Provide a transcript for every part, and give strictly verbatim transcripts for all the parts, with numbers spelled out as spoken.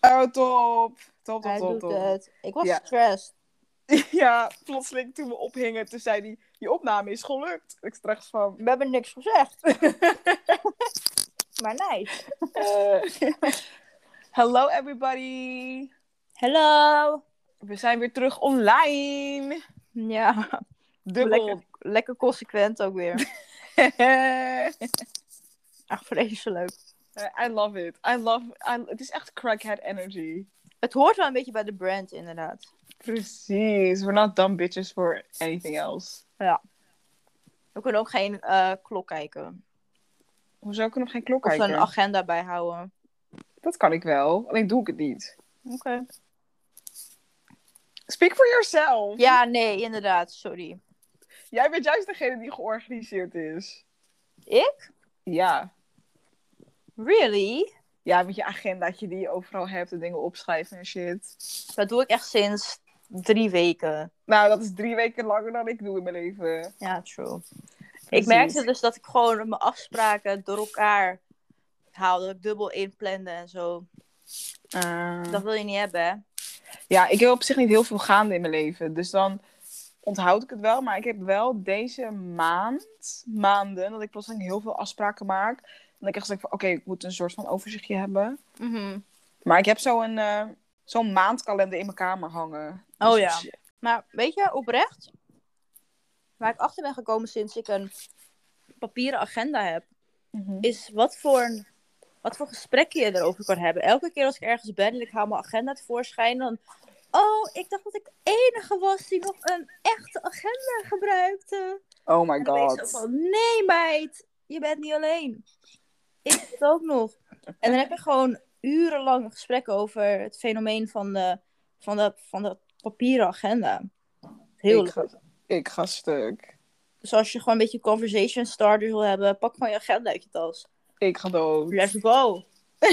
Oh, top. Top, top, Hij top, doet top. het. Ik was Ja. stressed. Ja, plotseling toen we ophingen, toen zei hij, je opname is gelukt. Ik straks van... We hebben niks gezegd. Maar nice. Uh, hello everybody. Hello. We zijn weer terug online. Ja. Dubbel. Lekker, lekker consequent ook weer. Echt vreselijk. I love it. I love... I, het is echt crackhead energy. Het hoort wel een beetje bij de brand, inderdaad. Precies. We're not dumb bitches for anything else. Ja. We kunnen ook geen uh, klok kijken. Hoezo kunnen we geen klok Of kijken? een agenda bijhouden. Dat kan ik wel. Alleen doe ik het niet. Oké. Okay. Speak for yourself. Ja, nee, inderdaad. Sorry. Jij bent juist degene die georganiseerd is. Ik? Ja. Really? Ja, met je agendaatje die je overal hebt en dingen opschrijven en shit. Dat doe ik echt sinds drie weken. Nou, dat is drie weken langer dan ik doe in mijn leven. Ja, true. Precies. Ik merkte dus dat ik gewoon mijn afspraken door elkaar haalde. Dat ik dubbel inplande en zo. Uh... Dat wil je niet hebben, hè? Ja, ik heb op zich niet heel veel gaande in mijn leven. Dus dan onthoud ik het wel. Maar ik heb wel deze maand, maanden, dat ik plotseling heel veel afspraken maak. En ik echt zeg van, oké, okay, ik moet een soort van overzichtje hebben. Mm-hmm. Maar ik heb zo'n uh, zo'n maandkalender in mijn kamer hangen. Oh dus ja. het... Maar weet je, oprecht, waar ik achter ben gekomen sinds ik een papieren agenda heb, mm-hmm. is wat voor, wat voor gesprekken je erover kan hebben. Elke keer als ik ergens ben en ik haal mijn agenda tevoorschijn, dan... Oh, ik dacht dat ik de enige was die nog een echte agenda gebruikte. Oh my en dan god. ben ik zo van, nee meid, je bent niet alleen. Ik heb het ook nog. En dan heb je gewoon urenlang gesprekken over het fenomeen van de, van de, van de papieren agenda. Heel ik leuk. Ga, ik ga stuk. Dus als je gewoon een beetje conversation starter wil hebben, pak gewoon je agenda uit je tas. Ik ga dood. Let's go.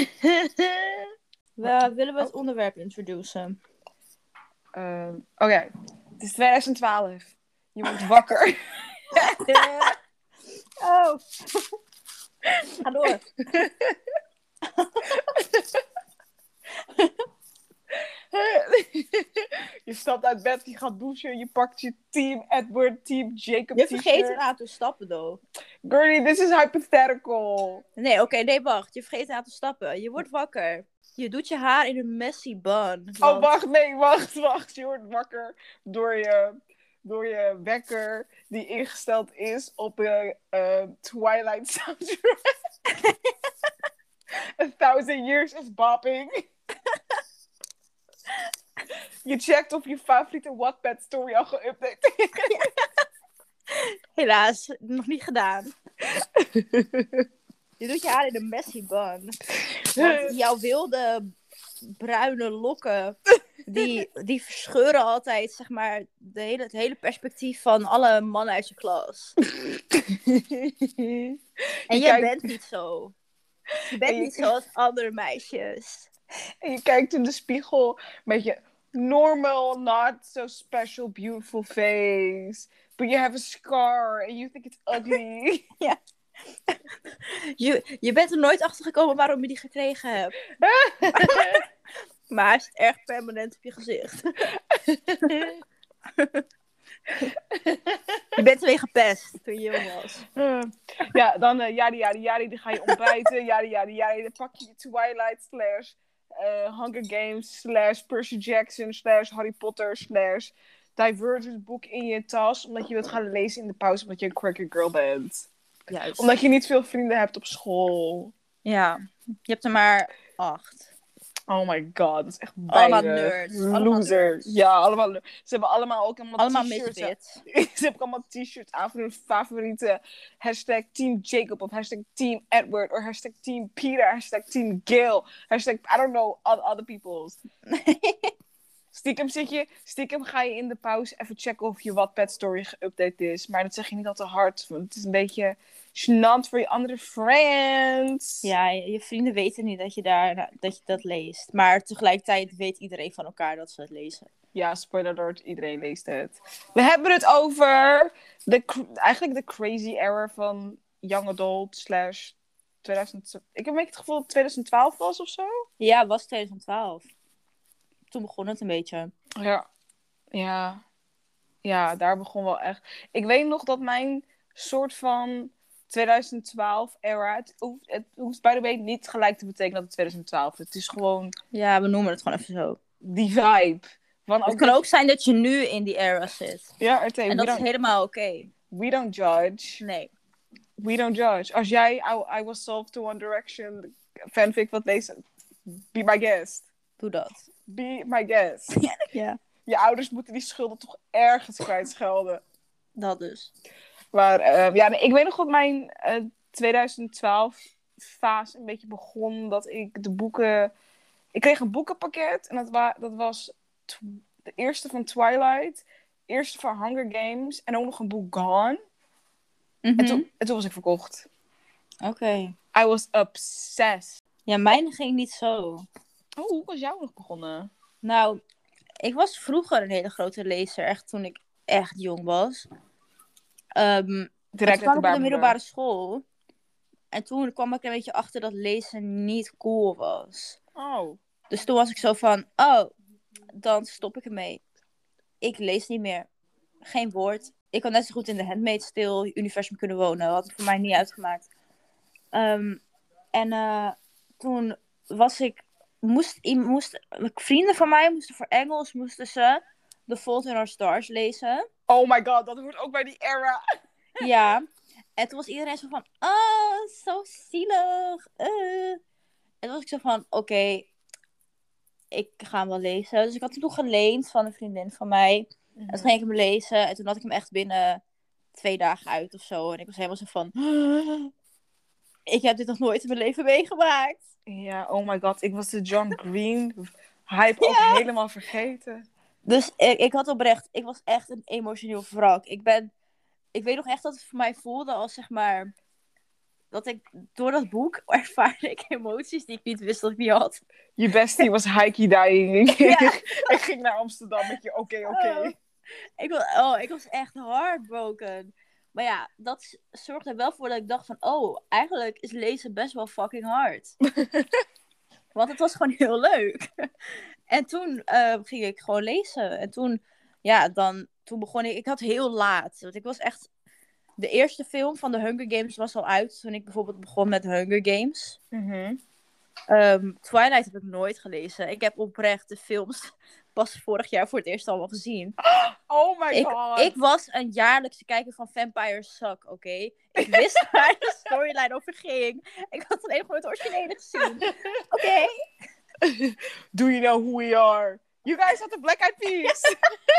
We willen we het onderwerp introduceren. Uh, Oké, okay. Het is twintig twaalf. Je wordt wakker. Oh. Ga door. Je stapt uit bed, je gaat douchen, je pakt je Team Edward, Team Jacob Je t-shirt. vergeet een aantal stappen, though. Gertie, this is hypothetical. Nee, oké, okay, nee, wacht. Je vergeet een aantal stappen. Je wordt wakker. Je doet je haar in een messy bun. Want... Oh, wacht, nee, wacht, wacht. Je wordt wakker door je, door je wekker die ingesteld is op de uh, Twilight soundtrack. A thousand years is bopping. Je checkt of je favoriete Wattpad story al geüpdate is. Helaas, nog niet gedaan. Je doet je haar in een messy bun. Want jouw wilde bruine lokken, die, die verscheuren altijd, zeg maar, de hele, het hele perspectief van alle mannen uit je klas. En je kijkt... bent niet zo. Je bent je... niet zoals andere meisjes. En je kijkt in de spiegel met je normal, not so special, beautiful face. But you have a scar and you think it's ugly. Ja. Je, je bent er nooit achter gekomen waarom je die gekregen hebt. Maar hij is erg permanent op je gezicht. Je bent twee gepest toen je jong was. Uh, ja, dan uh, jari jari jari, dan ga je ontbijten. Jari jari jari, dan pak je je Twilight slash uh, Hunger Games slash Percy Jackson slash Harry Potter slash Divergence boek in je tas. Omdat je wilt gaan lezen in de pauze omdat je een quirky girl bent. Juist. Omdat je niet veel vrienden hebt op school. Ja, je hebt er maar acht. Oh my god, dat is echt allemaal bijna nerds. loser. Allemaal nerds. Ja, allemaal. Ze hebben allemaal ook allemaal, allemaal t-shirts. misfits. Ze hebben allemaal t-shirts aan voor hun favoriete hashtag Team Jacob of hashtag Team Edward of hashtag Team Peter, hashtag Team Gail, hashtag I don't know other people's. Stiekem zit je, stiekem ga je in de pauze even checken of je Wattpad story geüpdate is, maar dat zeg je niet al te hard, want het is een beetje gênant voor je andere friends. Ja, je vrienden weten niet dat je, daar, dat je dat leest. Maar tegelijkertijd weet iedereen van elkaar dat ze het lezen. Ja, spoiler alert, iedereen leest het. We hebben het over de, eigenlijk de crazy era van young adult slash tweeduizend... Ik heb een beetje het gevoel dat het twintig twaalf was of zo. Ja, het was twintig twaalf. Toen begon het een beetje. Ja. Ja. Ja, daar begon wel echt... Ik weet nog dat mijn soort van twintig twaalf era... Het hoeft, het hoeft by the way niet gelijk te betekenen dat het twintig twaalf is. Het is gewoon Ja, we noemen het gewoon even zo. die vibe. Van Het kan ook zijn dat je nu in die era zit. Ja, R T, en dat is helemaal oké. Okay. We don't judge. Nee. We don't judge. Als jij I, I Was Soft to One Direction fanfic wilt lezen, be my guest. Doe dat. Be my guest. Ja. Je ouders moeten die schulden toch ergens kwijtschelden. Dat dus. Maar uh, ja, nee, ik weet nog dat mijn uh, twintig twaalf fase een beetje begon. Dat ik de boeken... Ik kreeg een boekenpakket. En dat, wa- dat was tw- de eerste van Twilight. Eerste van Hunger Games. En ook nog een boek Gone. Mm-hmm. En, toen, en toen was ik verkocht. Oké. Okay. I was obsessed. Ja, mijn ging niet zo. Oh, hoe was jou nog begonnen? Nou, ik was vroeger een hele grote lezer. Echt toen ik echt jong was. Um, Direct kwam ik op de middelbare school. En toen kwam ik een beetje achter dat lezen niet cool was. Oh. Dus toen was ik zo van, oh, dan stop ik ermee. Ik lees niet meer. Geen woord. Ik had net zo goed in de Handmaid's Tale universum kunnen wonen. Dat had het voor mij niet uitgemaakt. Um, en uh, toen was ik... Moest, moest, vrienden van mij moesten voor Engels moesten ze The Fault in Our Stars lezen. Oh my god, dat hoort ook bij die era. Ja. En toen was iedereen zo van... Oh, zo zielig. Uh. En toen was ik zo van... Oké, okay, ik ga hem wel lezen. Dus ik had hem toen geleend van een vriendin van mij. Mm-hmm. En toen ging ik hem lezen. En toen had ik hem echt binnen twee dagen uit of zo. En ik was helemaal zo van... Ik heb dit nog nooit in mijn leven meegemaakt. Ja, oh my god. Ik was de John Green hype ook ja. helemaal vergeten. Dus ik, ik had oprecht... Ik was echt een emotioneel wrak. Ik ben... Ik weet nog echt dat het voor mij voelde als zeg maar... Dat ik door dat boek ervaarde ik emoties die ik niet wist dat ik niet had. Je bestie was hikey dying. Ja. Ik ging naar Amsterdam met je oké, okay, oké. Okay. Oh. Ik, was, oh, ik was echt heartbroken. Maar ja, dat zorgde er wel voor dat ik dacht van... Oh, eigenlijk is lezen best wel fucking hard. Want het was gewoon heel leuk. En toen uh, ging ik gewoon lezen. En toen, ja, dan... Toen begon ik... Ik had heel laat. Want ik was echt... De eerste film van de Hunger Games was al uit. Toen ik bijvoorbeeld begon met Hunger Games. Mm-hmm. Um, Twilight heb ik nooit gelezen. Ik heb oprecht de films pas vorig jaar voor het eerst allemaal gezien. Oh my ik, god. Ik was een jaarlijkse kijker van Vampire Suck, oké? Okay? Ik wist waar de storyline over ging. Ik had alleen gewoon het originele gezien. Oké? Okay? Do you know who we are? You guys have the Black Eyed Peas.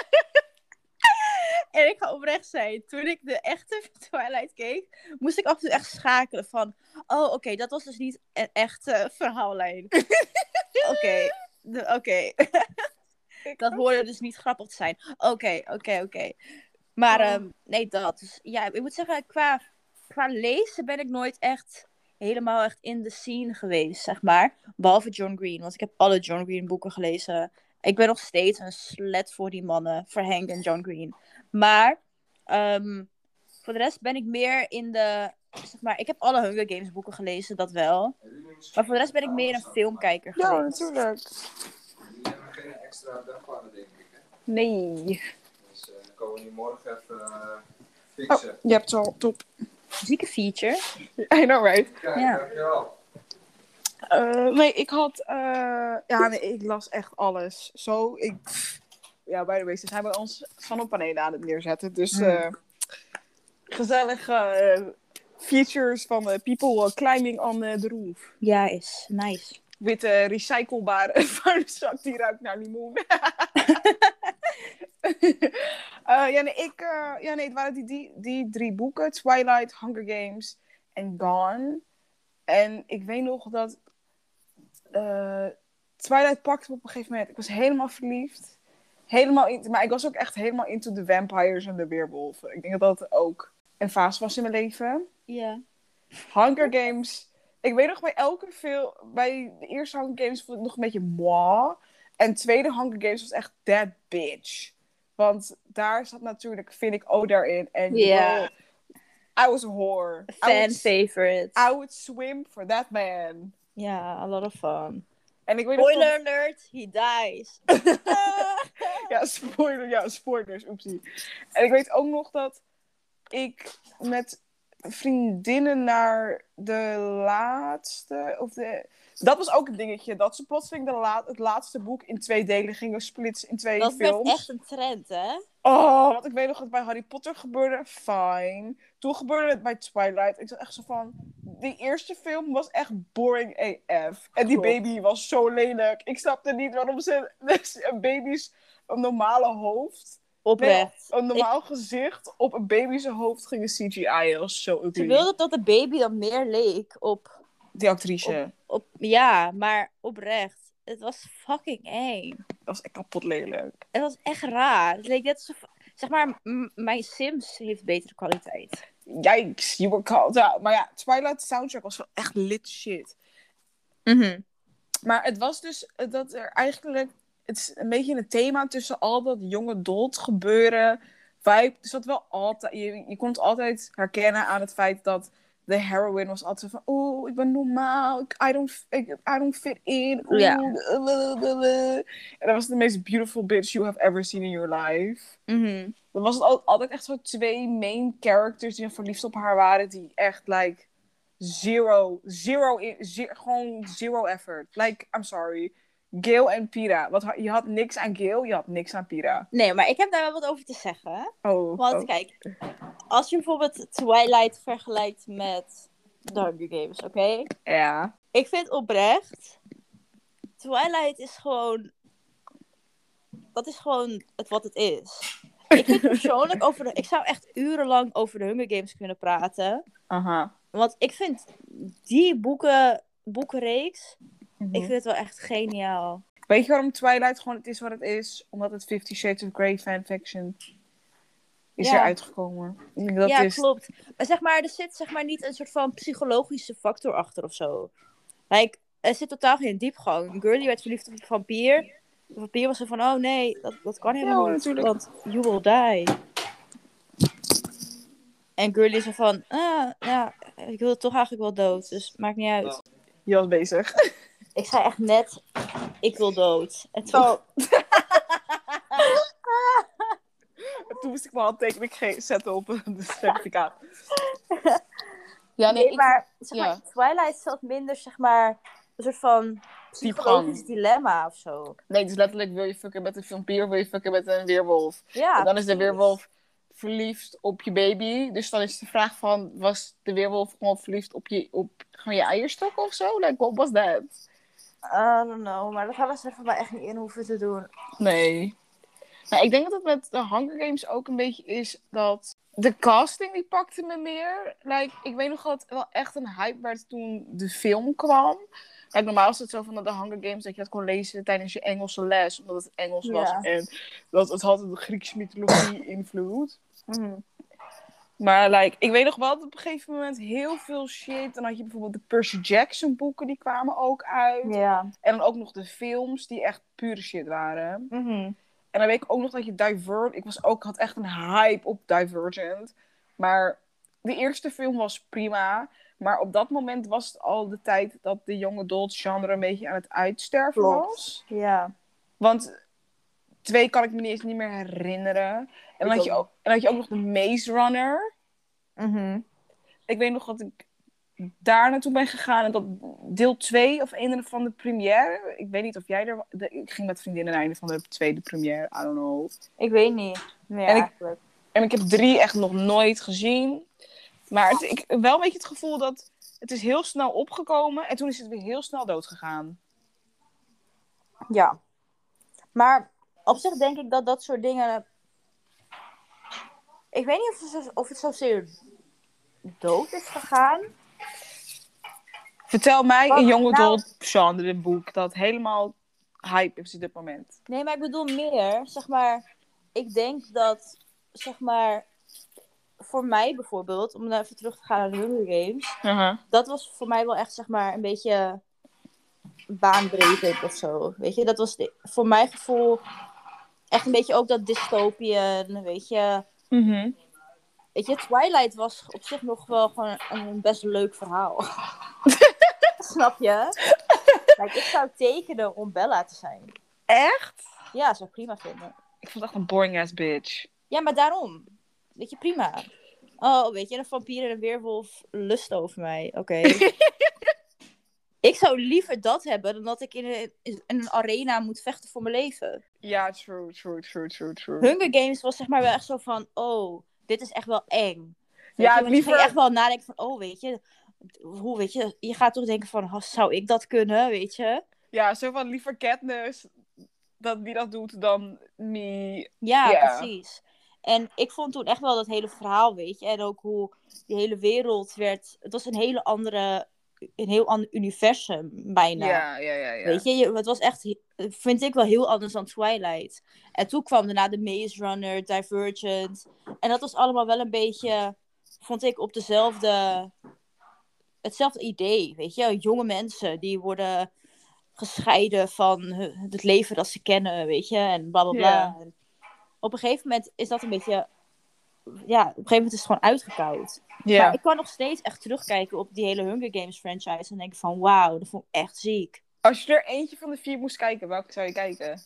En ik ga oprecht zijn, toen ik de echte Twilight keek, moest ik af en toe echt schakelen van... Oh, oké, okay, dat was dus niet een echte verhaallijn. Oké, oké. Okay. Dat hoorde dus niet grappig te zijn. Oké, okay, oké, okay, oké. Okay. Maar oh. um, nee, dat. Dus, ja, ik moet zeggen, qua, qua lezen ben ik nooit echt helemaal echt in de scene geweest, zeg maar. Behalve John Green, want ik heb alle John Green boeken gelezen. Ik ben nog steeds een slet voor die mannen, voor Hank en John Green. Maar um, voor de rest ben ik meer in de... Zeg maar, ik heb alle Hunger Games boeken gelezen, dat wel. Maar voor de rest ben ik meer een filmkijker geweest. Ja, natuurlijk. Jullie hebben geen extra dagplannen, denk ik, hè? Nee. Dus uh, komen we nu morgen even uh, fixen. Oh, je hebt het al, top. Zieke feature. I know, right? Kijk, ja. dankjewel. Uh, nee, ik had... Uh, ja, nee, ik las echt alles. Zo, ik... Ja, by the way, ze zijn bij ons zonnepanelen aan het neerzetten. Dus uh, mm. gezellige uh, features van uh, people uh, climbing on uh, the roof. Ja, is nice. Witte, recyclebare vuilniszak die ruikt naar limoen. uh, ja, nee, ik, uh, ja, nee, het waren die, die, die drie boeken. Twilight, Hunger Games en Gone. En ik weet nog dat... Uh, Twilight pakte me op een gegeven moment. Ik was helemaal verliefd. Helemaal in, maar ik was ook echt helemaal into de vampires en de weerwolven. Ik denk dat dat ook een fase was in mijn leven. Ja. Hunger Games. Ik weet nog bij elke film... Bij de eerste Hunger Games vond ik nog een beetje moi. En de tweede Hunger Games was echt that bitch. Want daar zat natuurlijk, vind ik, Oda in. En ja. I was a whore. I Fan would, favorite. I would swim for that man. Ja, a lot of fun. En ik weet nog Spoiler dat... alert, he dies. ja, spoiler, ja, spoilers, oepsie. En ik weet ook nog dat ik met vriendinnen naar de laatste, of de... Dat was ook een dingetje, dat ze plotseling de la- het laatste boek in twee delen gingen splitsen in twee Dat films. werd echt een trend, hè? Oh, want ik weet nog dat het bij Harry Potter gebeurde. Fine. Toen gebeurde het bij Twilight. Ik zat echt zo van... Die eerste film was echt boring A F. En die Klopt. baby was zo lelijk. Ik snapte niet waarom ze een baby's een normale hoofd... Oprecht. Nee, een normaal gezicht op een baby's hoofd gingen C G I'en. Dat was zo ugly. Ze wilde dat de baby dan meer leek op... Die actrice. op ja, maar oprecht. Het was fucking eng. Dat was echt kapot lelijk. Het was echt raar. Het leek net alsof... Zeg maar, m- mijn Sims heeft betere kwaliteit. Yikes, you were called out. Maar ja, Twilight soundtrack was wel echt lit shit. Mhm. Maar het was dus dat er eigenlijk... Het is een beetje een thema tussen al dat jonge adult gebeuren. Vibe. Dus dat wel altijd... Je, je kon het altijd herkennen aan het feit dat de heroine was altijd van... Oeh, ik ben normaal. Ik, I, don't, ik, I don't fit in. Oeh, Ja. En dat was de meest beautiful bitch you have ever seen in your life. Mhm. Dan was het al- altijd echt zo twee main characters die verliefd op haar waren. Die echt, like... Zero, zero, in, ze- gewoon zero effort. Like, I'm sorry. Gale en Pira. Wat, ha- je had niks aan Gale, je had niks aan Pira. Nee, maar ik heb daar wel wat over te zeggen. Hè? Oh, Want oh. kijk, als je bijvoorbeeld Twilight vergelijkt met The Hunger Games, oké? Ja. Ik vind oprecht, Twilight is gewoon, dat is gewoon het wat het is. Ik vind persoonlijk over de, ik zou echt urenlang over de Hunger Games kunnen praten. Aha. Want ik vind die boeken, boekenreeks, Mhm. ik vind het wel echt geniaal. Weet je waarom Twilight gewoon het is wat het is? Omdat het Fifty Shades of Grey fanfiction is Ja. er uitgekomen. Ik denk dat ja, is... klopt. Maar zeg maar, er zit zeg maar niet een soort van psychologische factor achter of zo. Like, er zit totaal geen diepgang. Girlie werd verliefd op een vampier. De vampier was er van, oh nee, dat, dat kan helemaal Ja, niet. natuurlijk. Want you will die. En Girlie is er van, ah, ja, ik wil toch eigenlijk wel dood. Dus maakt niet uit. Je was bezig. Ik zei echt net, ik wil dood. En toen... Oh. Toen moest ik mijn handtekening ge- zetten op het certificaat. Ja, Nee, ik- maar, zeg ja. maar Twilight zat minder, zeg maar, een soort van psychologisch dilemma of zo. Nee, het is letterlijk, wil je fucken met een vampier of wil je fucken met een weerwolf? Ja, en dan is de precies. weerwolf verliefd op je baby. Dus dan is de vraag van, was de weerwolf gewoon verliefd op je, op gewoon je eierstok of zo? Like, what was that? I don't know, maar dat hadden ze er voor mij echt niet in hoeven te doen. Nee. Nou, ik denk dat het met de Hunger Games ook een beetje is dat de casting die pakte me meer. Like, ik weet nog dat het wel echt een hype werd toen de film kwam. Like, normaal is het zo van de Hunger Games dat je het kon lezen tijdens je Engelse les, omdat het Engels was. Ja. En dat het had een Griekse mythologie invloed. Mhm. Maar like, ik weet nog wel dat op een gegeven moment heel veel shit. Dan had je bijvoorbeeld de Percy Jackson boeken, die kwamen ook uit. Ja. En dan ook nog de films die echt pure shit waren. Mhm. En dan weet ik ook nog dat je Divergent... Ik was ook, had echt een hype op Divergent. Maar de eerste film was prima. Maar op dat moment was het al de tijd dat de young adult genre een beetje aan het uitsterven Klopt. was. Ja. Want twee kan ik me niet eens niet meer herinneren. En dan, Ik had je ook ook, en dan had je ook nog de Maze Runner. Mhm. Ik weet nog dat ik daar naartoe ben gegaan. En dat deel twee of een van de première. Ik weet niet of jij er... De, ik ging met vriendinnen naar een van de tweede première. I don't know. Ik weet niet. Nee, En ik- eigenlijk. En ik heb drie echt nog nooit gezien. Maar het, ik heb wel een beetje het gevoel dat het is heel snel opgekomen. En toen is het weer heel snel doodgegaan. Ja. Maar op zich denk ik dat dat soort dingen... Ik weet niet of het, zo- of het zozeer dood is gegaan. Vertel mij Wat? een young Nou- adult genre boek dat helemaal hype is op dit moment. Nee, maar ik bedoel meer, zeg maar... Ik denk dat, zeg maar... Voor mij bijvoorbeeld, om nou even terug te gaan naar de Hunger Games... Uh-huh. Dat was voor mij wel echt, zeg maar, een beetje baanbrekend of zo. Weet je, dat was de- voor mijn gevoel echt een beetje ook dat dystopian, weet je. Mhm. weet je, Twilight was op zich nog wel gewoon een best leuk verhaal. Snap je? Like, ik zou tekenen om Bella te zijn. Echt? Ja, zou ik prima vinden. Ik vond het echt een boring ass bitch. Ja, maar daarom. Weet je, prima. Oh, weet je, een vampier en een weerwolf lust over mij. Oké. Ik zou liever dat hebben dan dat ik in een, in een arena moet vechten voor mijn leven. Ja, true, true, true, true, true. Hunger Games was zeg maar wel echt zo van, oh, dit is echt wel eng. Weet Ja, je? Want liever... je ging echt wel nadenken van, oh, weet je, hoe, weet je, je gaat toch denken van, oh, zou ik dat kunnen, weet je? Ja, zo van liever Katniss dat wie dat doet dan me. Ja, Yeah. precies. En ik vond toen echt wel dat hele verhaal, weet je, en ook hoe die hele wereld werd, het was een hele andere, een heel ander universum bijna. Ja, ja, ja, ja. Weet je, je- het was echt, vind ik wel heel anders dan Twilight. En toen kwam daarna de Maze Runner, Divergent. En dat was allemaal wel een beetje, vond ik, op dezelfde, hetzelfde idee. Weet je, jonge mensen die worden gescheiden van hu- het leven dat ze kennen, weet je. En bla bla bla. Ja. En op een gegeven moment is dat een beetje, ja, op een gegeven moment is het gewoon uitgekoud. Ja. Maar ik kan nog steeds echt terugkijken op die hele Hunger Games franchise en denken van, wauw, dat vond ik echt ziek. Als je er eentje van de vier moest kijken, welke zou je kijken?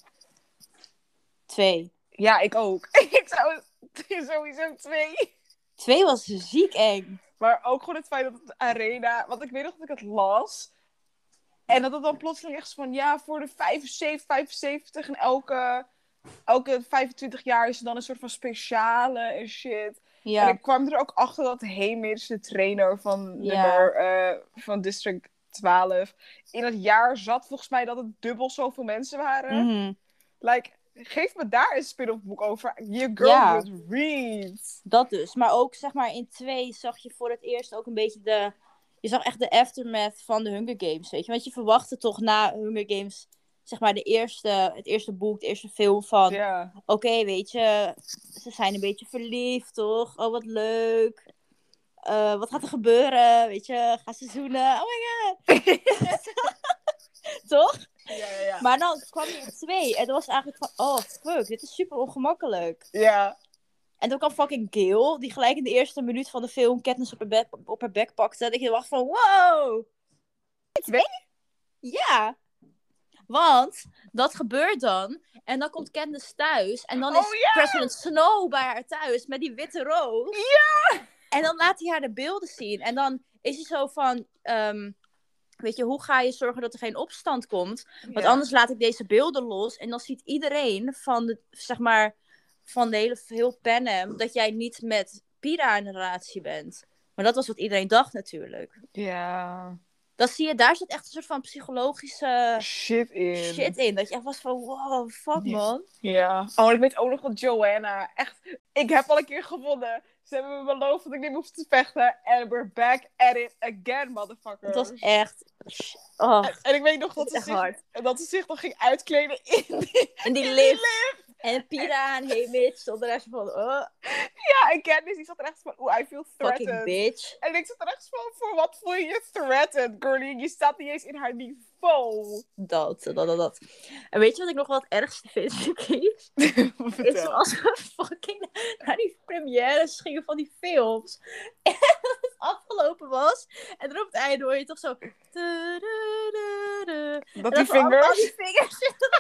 Twee. Ja, ik ook. Ik zou sowieso twee. Twee was ziek eng. Maar ook gewoon het feit dat het arena... Want ik weet nog dat ik het las. En dat het dan plotseling echt van... Ja, voor de vijfenzeventig, vijfenzeventig en elke, elke vijfentwintig jaar is er dan een soort van speciale en shit. Ja. En ik kwam er ook achter dat Hamish, de trainer van, Ja. nummer, eh, van District twaalf... in het jaar zat volgens mij dat het dubbel zoveel mensen waren. Mhm. Like, geef me daar een spin-off boek over. Your girl Ja. would read. Dat dus. Maar ook, zeg maar, in twee zag je voor het eerst ook een beetje de... Je zag echt de aftermath van de Hunger Games, weet je. Want je verwachtte toch na Hunger Games, zeg maar, de eerste, het eerste boek, de eerste film van... Ja. Oké, weet je, ze zijn een beetje verliefd, toch? Oh, wat leuk. Eh, wat gaat er gebeuren? Weet je, gaan ze zoenen? Oh my god. Toch? Ja, ja, ja. Maar dan kwam je in twee en dat was eigenlijk van, oh fuck, dit is super ongemakkelijk. Ja. En toen kwam fucking Gale, die gelijk in de eerste minuut van de film Katniss op haar, bek, op haar bek pakte. En ik dacht van, wow! Twee? Ja! Want dat gebeurt dan. En dan komt Katniss thuis. En dan is Oh, ja! President Snow bij haar thuis met die witte roos. Ja! En dan laat hij haar de beelden zien. En dan is hij zo van... ehm, weet je, hoe ga je zorgen dat er geen opstand komt? Want Ja. anders laat ik deze beelden los. En dan ziet iedereen van de, zeg maar, van de hele heel Panem... dat jij niet met Pira in een relatie bent. Maar dat was wat iedereen dacht natuurlijk. Ja. Dan zie je, daar zit echt een soort van psychologische Shit in. shit in. Dat je echt was van, wow, fuck Ja. man. Ja. Oh, ik weet ook nog dat Joanna. Echt, ik heb al een keer gewonnen. Ze hebben me beloofd dat ik niet hoef te vechten. En we're back at it again, motherfucker. Het was echt... Oh, En, en ik weet nog dat het ze, is echt zich, hard. dat ze zich nog ging uitkleden in die... En die lift. En Pira en Haymitch stonden daar zo van, oh, Ja, en Candice die zat er echt van, oeh, I feel fucking threatened. bitch. En ik zat er echt van, voor wat voel je je threatened, girlie? Je staat niet eens in haar niveau. Dat, dat, dat, dat. En weet je wat ik nog wel het ergste vind, Suki? Is Vertel. als we fucking naar die premières gingen van die films. En het afgelopen was. En dan op het einde hoor je toch zo... Dat die En dan allemaal vingers... die vingers.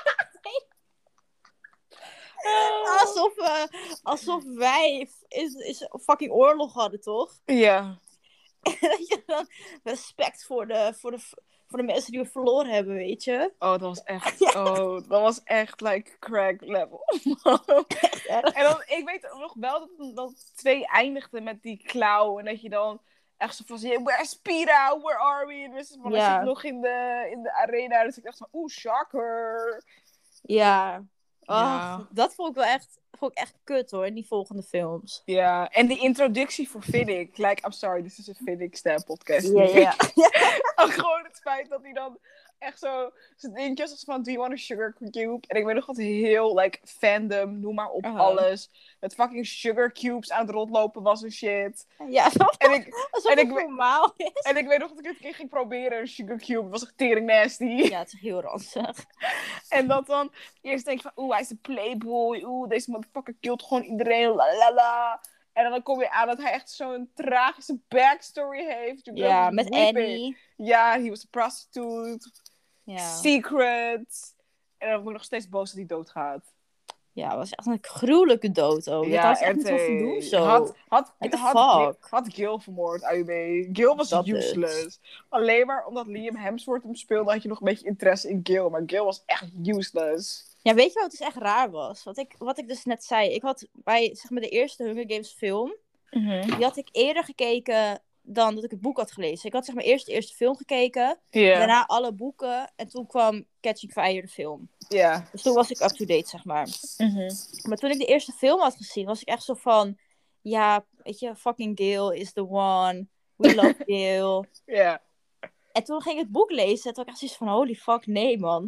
Alsof, we, alsof wij is, is fucking oorlog hadden, toch? Ja. En dat je dan respect voor de, voor, de, voor de mensen die we verloren hebben, weet je? Oh, dat was echt... Oh, dat was echt, like, crack level. Echt erg. En dan, ik weet nog wel dat, dat twee eindigde met die klauw. En dat je dan echt zo van... Where's Pira? Where are we? En dus van, Ja. ja. zit nog in de, in de arena. Dus ik dacht van, oeh, shocker. Ja. Och, Ja. dat vond ik wel echt, vond ik echt kut hoor, in die volgende films. Ja, en die introductie voor Finnick. Like, I'm sorry, this is a Finnick-style podcast. Ja, ja. Ook gewoon het feit dat hij dan echt zo... Zijn dingetjes als van, do you want a sugar cube? En ik weet nog dat heel, like, fandom, noem maar op Uh-huh. alles. Met fucking sugar cubes aan het rondlopen was en shit. Ja, alsof, En ik, alsof en het ik we- normaal is. en ik weet nog dat ik het een keer ging proberen, een sugar cube. Het was echt tering nasty. Ja, het is heel ranzig. En dat dan eerst denk ik van, oeh, hij is een playboy. Oeh, deze motherfucker killt gewoon iedereen. La la la. En dan kom je aan dat hij echt zo'n tragische backstory heeft. Your girl Ja, was met weeping. Annie. Ja, he was a prostitute. Ja. Secret. En dan ben ik nog steeds boos dat hij doodgaat. Ja, het was echt een gruwelijke dood ook. Dat had je echt niet hoeven doen zo. Had, had, What the had, Gil, fuck? had Gil vermoord, I mean. Gil was Dat useless. Alleen maar omdat Liam Hemsworth hem speelde, had je nog een beetje interesse in Gil. Maar Gil was echt useless. Ja, weet je wat dus echt raar was? Wat ik, wat ik dus net zei. Ik had bij zeg maar, de eerste Hunger Games film... Die had ik eerder gekeken dan dat ik het boek had gelezen. Ik had zeg maar eerst de eerste film gekeken. Ja. Daarna alle boeken. En toen kwam Catching Fire, de film. Ja. Dus toen was ik up-to-date, zeg maar. Maar toen ik de eerste film had gezien, was ik echt zo van... Ja, weet je, fucking Gale is the one. We love Gale. Ja. En toen ging ik het boek lezen. En toen had ik echt zoiets van, holy fuck, nee, man.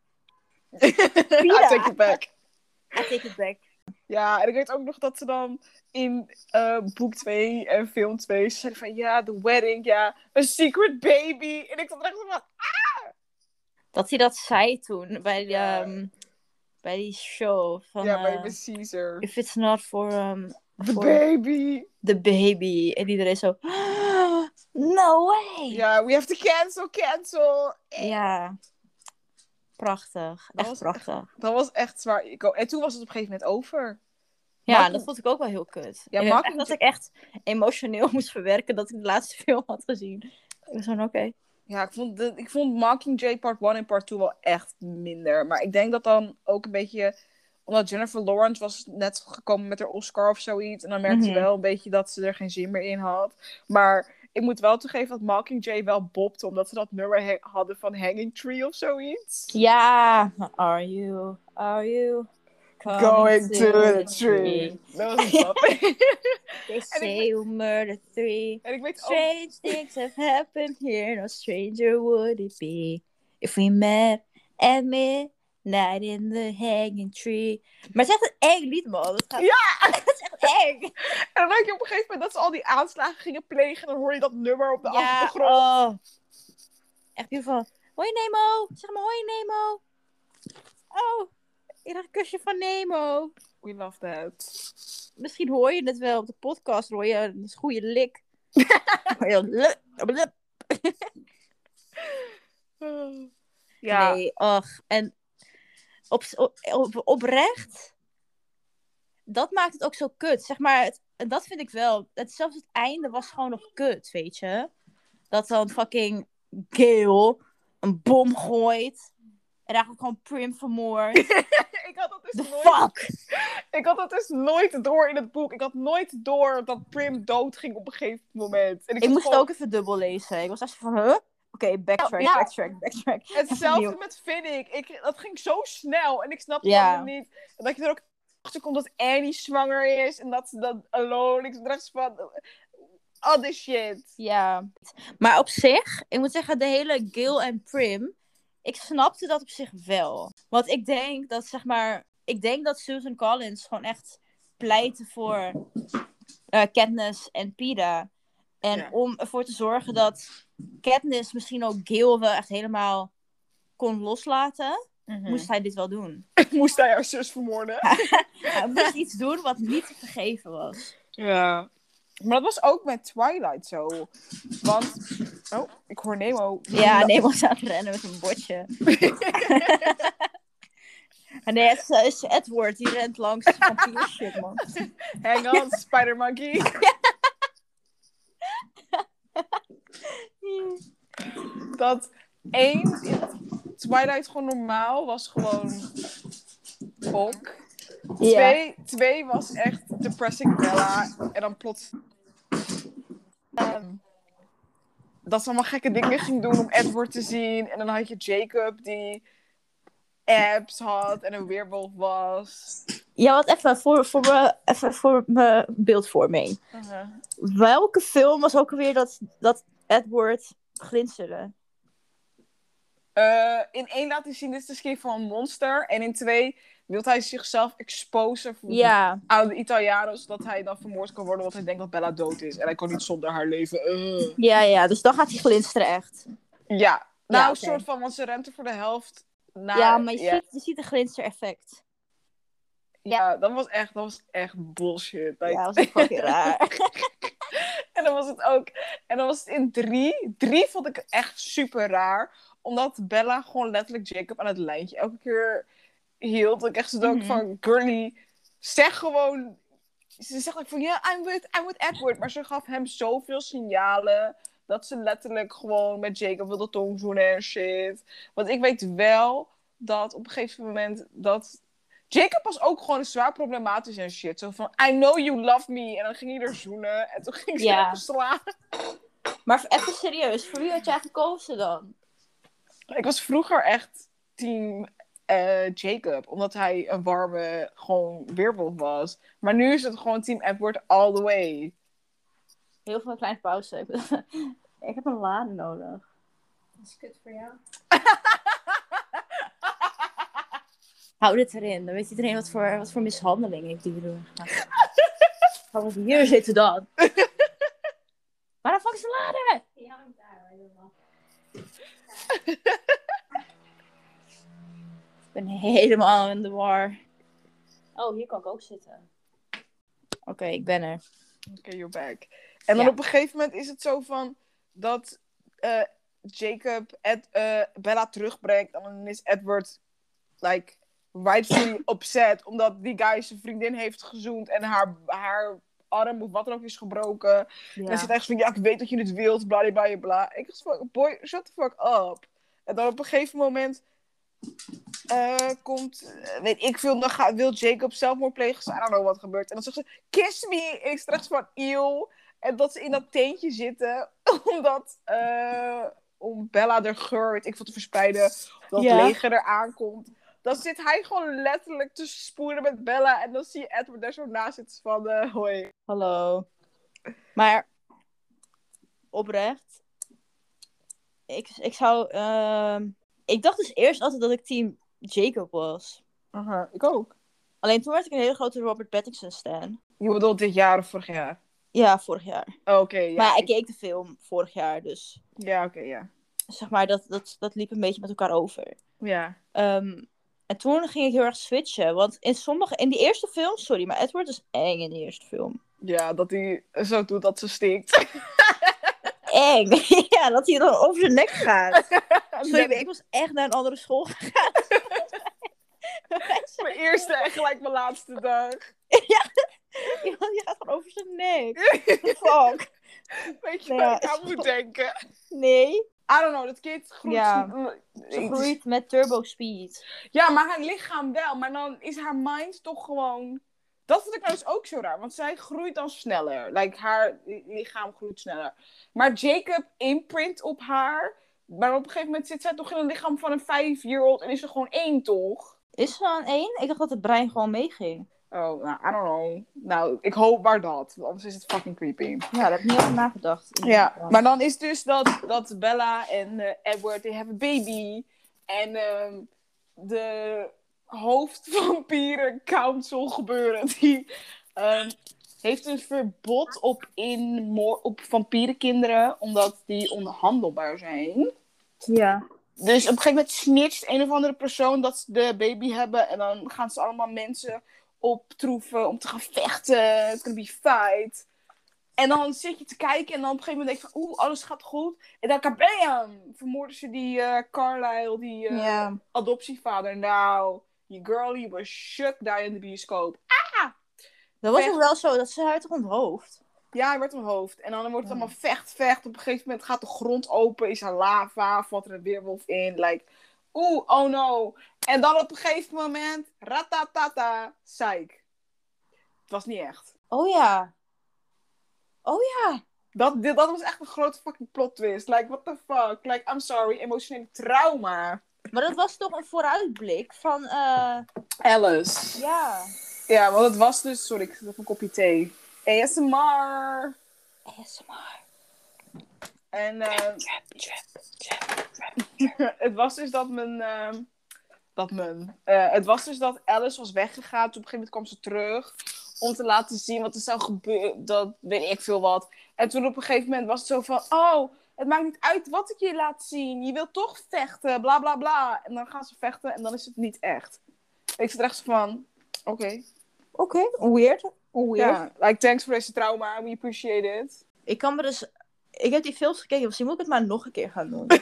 I take it back. I take it back. Ja, en ik weet ook nog dat ze dan in uh, boek twee en film twee zeiden van... Ja, the wedding, ja, a secret baby. En ik zat er echt zo van... Ah! Dat hij dat zei toen bij, die, Ja. um, bij die show. Van, Ja, bij uh, Miss Caesar. If it's not for... Um, The for baby. the baby. En iedereen zo... No way! Ja, we have to cancel, cancel. Ja. Prachtig. Dat Echt was prachtig. Dat was echt zwaar. Ik ook- En toen was het op een gegeven moment over. Ja, Mark- dat vond ik ook wel heel kut. Ja, Ja, Mark- echt dat ik echt emotioneel moest verwerken dat ik de laatste film had gezien. Ik was van, oké. Ja, ik vond, de, ik vond Mockingjay Part one en Part two wel echt minder. Maar ik denk dat dan ook een beetje... Omdat Jennifer Lawrence was net gekomen met haar Oscar of zoiets. En dan merkte Mhm. je wel een beetje dat ze er geen zin meer in had. Maar ik moet wel toegeven dat Mockingjay wel bopte. Omdat ze dat nummer he- hadden van Hanging Tree of zoiets. Ja. Are you, are you Going to the tree. Dat was een pap. They say you murder three. En ik weet ook... Strange things have happened here. No stranger would it be if we met at midnight in the hanging tree. Maar het is echt een eng lied, man. Het gaat... Ja! Het is echt eng. En dan had je op een gegeven moment dat ze al die aanslagen gingen plegen. En dan hoor je dat nummer op de Ja, achtergrond. oh. Echt beautiful. Hoi Nemo. Zeg maar hoi Nemo. Oh, ik dacht een kusje van Nemo. We love that. Misschien hoor je het wel op de podcast. Hoor je een goede lik. Hoor je lip, lip. Ja. Nee, ach. En op, op, op, oprecht, dat maakt het ook zo kut. Zeg maar, het, en dat vind ik wel. Het, zelfs het einde was gewoon nog kut, weet je. Dat dan fucking Gale een bom gooit. En eigenlijk gewoon Prim vermoord. ik had dat dus The nooit... fuck? Ik had dat dus nooit door in het boek. Ik had nooit door dat Prim doodging op een gegeven moment. En ik, Ik was moest gewoon... ook even dubbel lezen. Ik was echt van, huh? Oké, backtrack, Ja. backtrack, backtrack. Hetzelfde Opnieuw. met Finnick. Ik, dat ging zo snel. En ik snapte Ja. dan niet. En dat je er ook achter komt dat Annie zwanger is. En dat ze dan alone. Ik dacht van... All this shit. Ja. Maar op zich, ik moet zeggen, de hele Gil en Prim, ik snapte dat op zich wel. Want ik denk dat, zeg maar, ik denk dat Susan Collins gewoon echt pleitte voor uh, Katniss en Peeta. En Ja. om ervoor te zorgen dat Katniss misschien ook Gil wel echt helemaal kon loslaten, moest hij dit wel doen. Moest hij haar zus vermoorden? Hij moest iets doen wat niet te vergeven was. Ja. Maar dat was ook met Twilight zo. Want... Oh, ik hoor Nemo. Ja, Nemo is aan het rennen met een bordje. En nee, het is, is Edward, die rent langs vampier shit, man. Hang on, Spider Monkey. Dat één in Twilight gewoon normaal was gewoon Hulk. Ja. Twee, twee was echt Depressing Bella. En dan plots... ehm, dat ze allemaal gekke dingen ging doen om Edward te zien. En dan had je Jacob die abs had en een weerwolf was. Ja, wat even voor, voor, me, even voor mijn beeldvorming. Uh-huh. Welke film was ook alweer dat, dat Edward glinsterde? Uh, in één laat hij zien, dit is de schip van een monster. En in twee wil hij zichzelf exposen voor Ja. aan de Italianen, zodat hij dan vermoord kan worden, want hij denkt dat Bella dood is. En hij kan niet zonder haar leven. Uh. Ja, ja, dus dan gaat hij glinsteren echt. Ja, nou, Ja, een oké. soort van, want ze rent er voor de helft naar... Ja, maar je, ja. Ziet, je ziet een glinster effect. Ja, dat was echt, dat was echt bullshit. Like... Ja, dat was fucking raar. En dan was het ook... En dan was het in drie. Drie vond ik echt super raar. Omdat Bella gewoon letterlijk Jacob aan het lijntje elke keer hield. Dat ik echt zo dacht Mhm. van... Girlie, zeg gewoon... Ze zegt ook van... Ja, I'm with, I'm with Edward. Maar ze gaf hem zoveel signalen... Dat ze letterlijk gewoon met Jacob wilde tongzoenen en shit. Want ik weet wel dat op een gegeven moment... dat Jacob was ook gewoon zwaar problematisch en shit. Zo van, I know you love me. En dan ging hij er zoenen. En toen ging ze Ja. hem slaan. Maar even serieus, voor wie had jij gekozen dan? Ik was vroeger echt team eh, Jacob. Omdat hij een warme, gewoon weerwolf was. Maar nu is het gewoon team Edward all the way. Heel veel kleine pauze. Ik heb een lade nodig. Dat is kut voor jou. Hou dit erin. Dan weet iedereen wat voor, wat voor mishandeling ik die we doen. Gaan we hier zitten dan? Waar de fuck is de lade? Die hangt daar. Helemaal. Ik ben helemaal in de war. Oh, hier kan ik ook zitten. Oké, okay, ik ben er. Oké, okay, you're back. En dan Ja. op een gegeven moment is het zo van... Dat uh, Jacob Ed, uh, Bella terugbrengt. En dan is Edward... Like... rightfully upset, omdat die guy zijn vriendin heeft gezoend en haar, haar arm of wat dan ook is gebroken. Ja. En hij zit echt van, ja, ik weet dat je het wilt, bla bla bla bla. Ik dacht van, boy, shut the fuck up. En dan op een gegeven moment uh, komt, weet ik veel, dan gaat, wil Jacob zelfmoord plegen, I don't know wat gebeurt. En dan zegt ze, kiss me, en ik sta echt van, eeuw. En dat ze in dat teentje zitten, omdat, uh, om Bella de geur, weet ik veel, te verspreiden, dat ja. het leger er aankomt. Dan zit hij gewoon letterlijk te spoelen met Bella. En dan zie je Edward daar zo naast zitten van... Uh, hoi. Hallo. Maar... Oprecht. Ik, ik zou... Uh, ik dacht dus eerst altijd dat ik team Jacob was. Aha, ik ook. Alleen toen werd ik een hele grote Robert Pattinson stan. Je bedoelt dit jaar of vorig jaar? Ja, vorig jaar. Oh, oké, okay, ja. Maar ja, ik keek de film vorig jaar, dus... Ja, oké, okay, ja. Zeg maar, dat, dat, dat liep een beetje met elkaar over. Ja. Um, En toen ging ik heel erg switchen. Want in sommige... In die eerste film... Sorry, maar Edward is eng in de eerste film. Ja, dat hij zo doet dat ze stinkt. Eng. Ja, dat hij dan over zijn nek gaat. Sorry, maar ik was echt naar een andere school gegaan. Mijn eerste en gelijk mijn laatste dag. Ja. Je gaat gewoon over zijn nek. Fuck. Weet je Nee, waar ja. ik aan moet denken? Nee. I don't know, dat kind groeit... Ja. Ze groeit met turbo speed. Ja, maar haar lichaam wel. Maar dan is haar mind toch gewoon... Dat vind ik nou dus ook zo raar. Want zij groeit dan sneller. Like, haar lichaam groeit sneller. Maar Jacob imprint op haar. Maar op een gegeven moment zit zij toch in het lichaam van een vijf-year-old. En is er gewoon één, toch? Is ze dan één? Ik dacht dat het brein gewoon meeging. Oh, nou, I don't know. Nou, ik hoop maar dat. Want anders is het fucking creepy. Ja, daar heb ik niet over nagedacht. Ja, maar dan is dus dat, dat Bella en uh, Edward, they have a baby. En uh, de hoofdvampieren council gebeuren. Die uh, heeft een verbod op, in, op vampierenkinderen. Omdat die onhandelbaar zijn. Ja. Dus op een gegeven moment snitcht een of andere persoon dat ze de baby hebben. En dan gaan ze allemaal mensen optroeven om te gaan vechten. It's gonna be fight. En dan zit je te kijken en dan op een gegeven moment denk je van... Oeh, alles gaat goed. En dan kabam! Vermoorden ze die uh, Carlisle, die uh, ja. adoptievader. Nou, je girlie was shook daar in de bioscoop. Ah! Dat was Vecht. ook wel zo, dat ze haar toch onthoofd. Ja, hij werd omhoofd. En dan wordt het allemaal vecht, vecht. Op een gegeven moment gaat de grond open. Is er lava, valt er een weerwolf in. Like, oeh, oh no. En dan op een gegeven moment... Ratatata, psych. Het was niet echt. Oh ja. Oh ja. Dat, dit, dat was echt een grote fucking plot twist. Like, what the fuck? Like, I'm sorry, emotionele trauma. Maar dat was toch een vooruitblik van... Uh... Alice. Ja. Ja, want het was dus... Sorry, ik zet even een kopje thee. A S M R. A S M R. En... Uh... Trap, trap, trap, trap. Het was dus dat mijn... Uh... Dat mijn... Uh, het was dus dat Alice was weggegaan. Toen op een gegeven moment kwam ze terug. Om te laten zien wat er zou gebeuren. Dat weet ik veel wat. En toen op een gegeven moment was het zo van... Oh, het maakt niet uit wat ik je laat zien. Je wilt toch vechten. Bla, bla, bla. En dan gaan ze vechten. En dan is het niet echt. En ik zit echt zo van... Oké. Okay. Oké, okay. Weird. Weird. Ja, like thanks voor deze trauma. We appreciate it. Ik kan me dus... Ik heb die films gekeken, misschien moet ik het maar nog een keer gaan doen.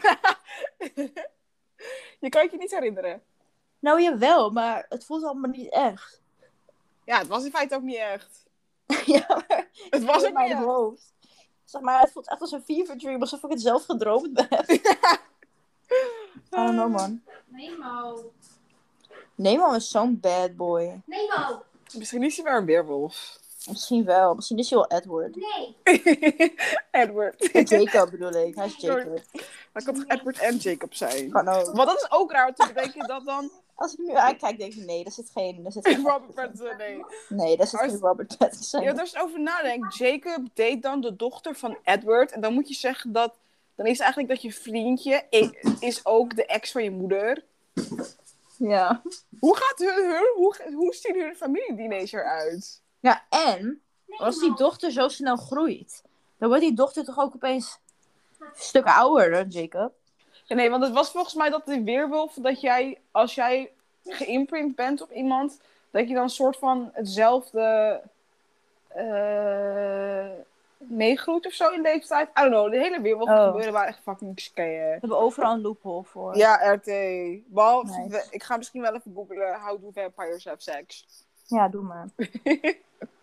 Je kan het je niet herinneren. Nou, jawel, maar het voelt allemaal niet echt. Ja, het was in feite ook niet echt. Ja, maar... Het was ook in mijn niet echt. hoofd. Zeg maar, het voelt echt als een fever dream, alsof ik het zelf gedroomd ben. I don't know, man. Nemo. Nemo is zo'n bad boy. Nemo. Misschien is hij wel een weerwolf. Misschien wel. Misschien is hij wel Edward. Nee. Edward. Jacob bedoel ik. Hij is Jacob. Maar kan toch Edward en Jacob zijn? Kan ook. Want dat is ook raar te bedenken dat dan... Als ik nu aankijk, denk ik, nee, daar zit geen... Daar zit geen Robert Pattinson, nee. Nee, daar zit Als- geen Robert Pattinson. Ja, als je erover nadenkt, Jacob date dan de dochter van Edward. En dan moet je zeggen dat... Dan is het eigenlijk dat je vriendje i- is ook de ex van je moeder. Ja. Hoe gaat hun, hun hoe, hoe ziet hun familiediners eruit? Ja, en als die dochter zo snel groeit, dan wordt die dochter toch ook opeens een stuk ouder dan Jacob? Ja, nee, want het was volgens mij dat de weerwolf dat jij, als jij geïmprint bent op iemand, dat je dan een soort van hetzelfde eh meegroeit of zo in leeftijd. I don't know, de hele weerwolf Oh. gebeuren waren echt fucking skeeën. We hebben overal een loophole voor. Ja, R T. Behalve, Nice. we- ik ga misschien wel even googlen, how do vampires have sex? Ja, doe maar. Die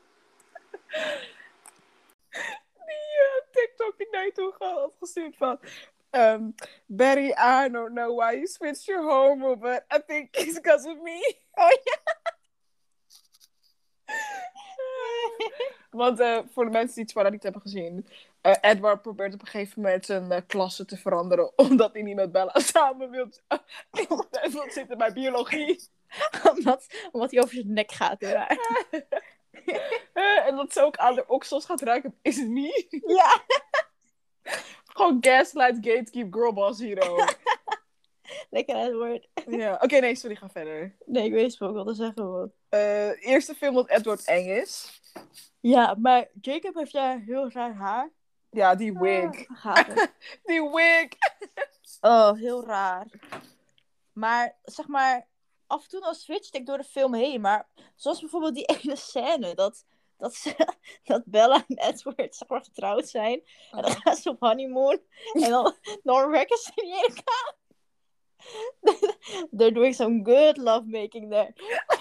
eh, TikTok die naar je toe had gestuurd van... Um, Betty, I don't know why you switched your hormone, but I think it's because of me. Oh ja. Want uh, voor de mensen die het zwart niet hebben gezien... Uh, Edward probeert op een gegeven moment zijn uh, klasse te veranderen... omdat hij niet met Bella samen wil, uh, wil zitten bij biologie. omdat, omdat hij over zijn nek gaat. Door haar. Uh, en dat ze ook aan de oksels gaat ruiken. Is het niet? Ja. Gewoon gaslight, gatekeep, girlboss hero. Lekker Edward. Ja. Oké, okay, nee, sorry, ga verder. Nee, ik weet wat ik wilde zeggen. Man. Uh, eerste film dat Edward eng is. Ja, maar Jacob heeft daar heel raar haar. Ja, die wig. Ah, gaat het. Die wig. Oh, heel raar. Maar, zeg maar, af en toe dan switchte ik door de film heen. Maar, zoals bijvoorbeeld die ene scène, dat, dat, ze, dat Bella en Edward, zeg maar, getrouwd zijn. En dan gaan ze op honeymoon. En dan, dan wrecken ze die ene kamer. They're doing some good lovemaking there.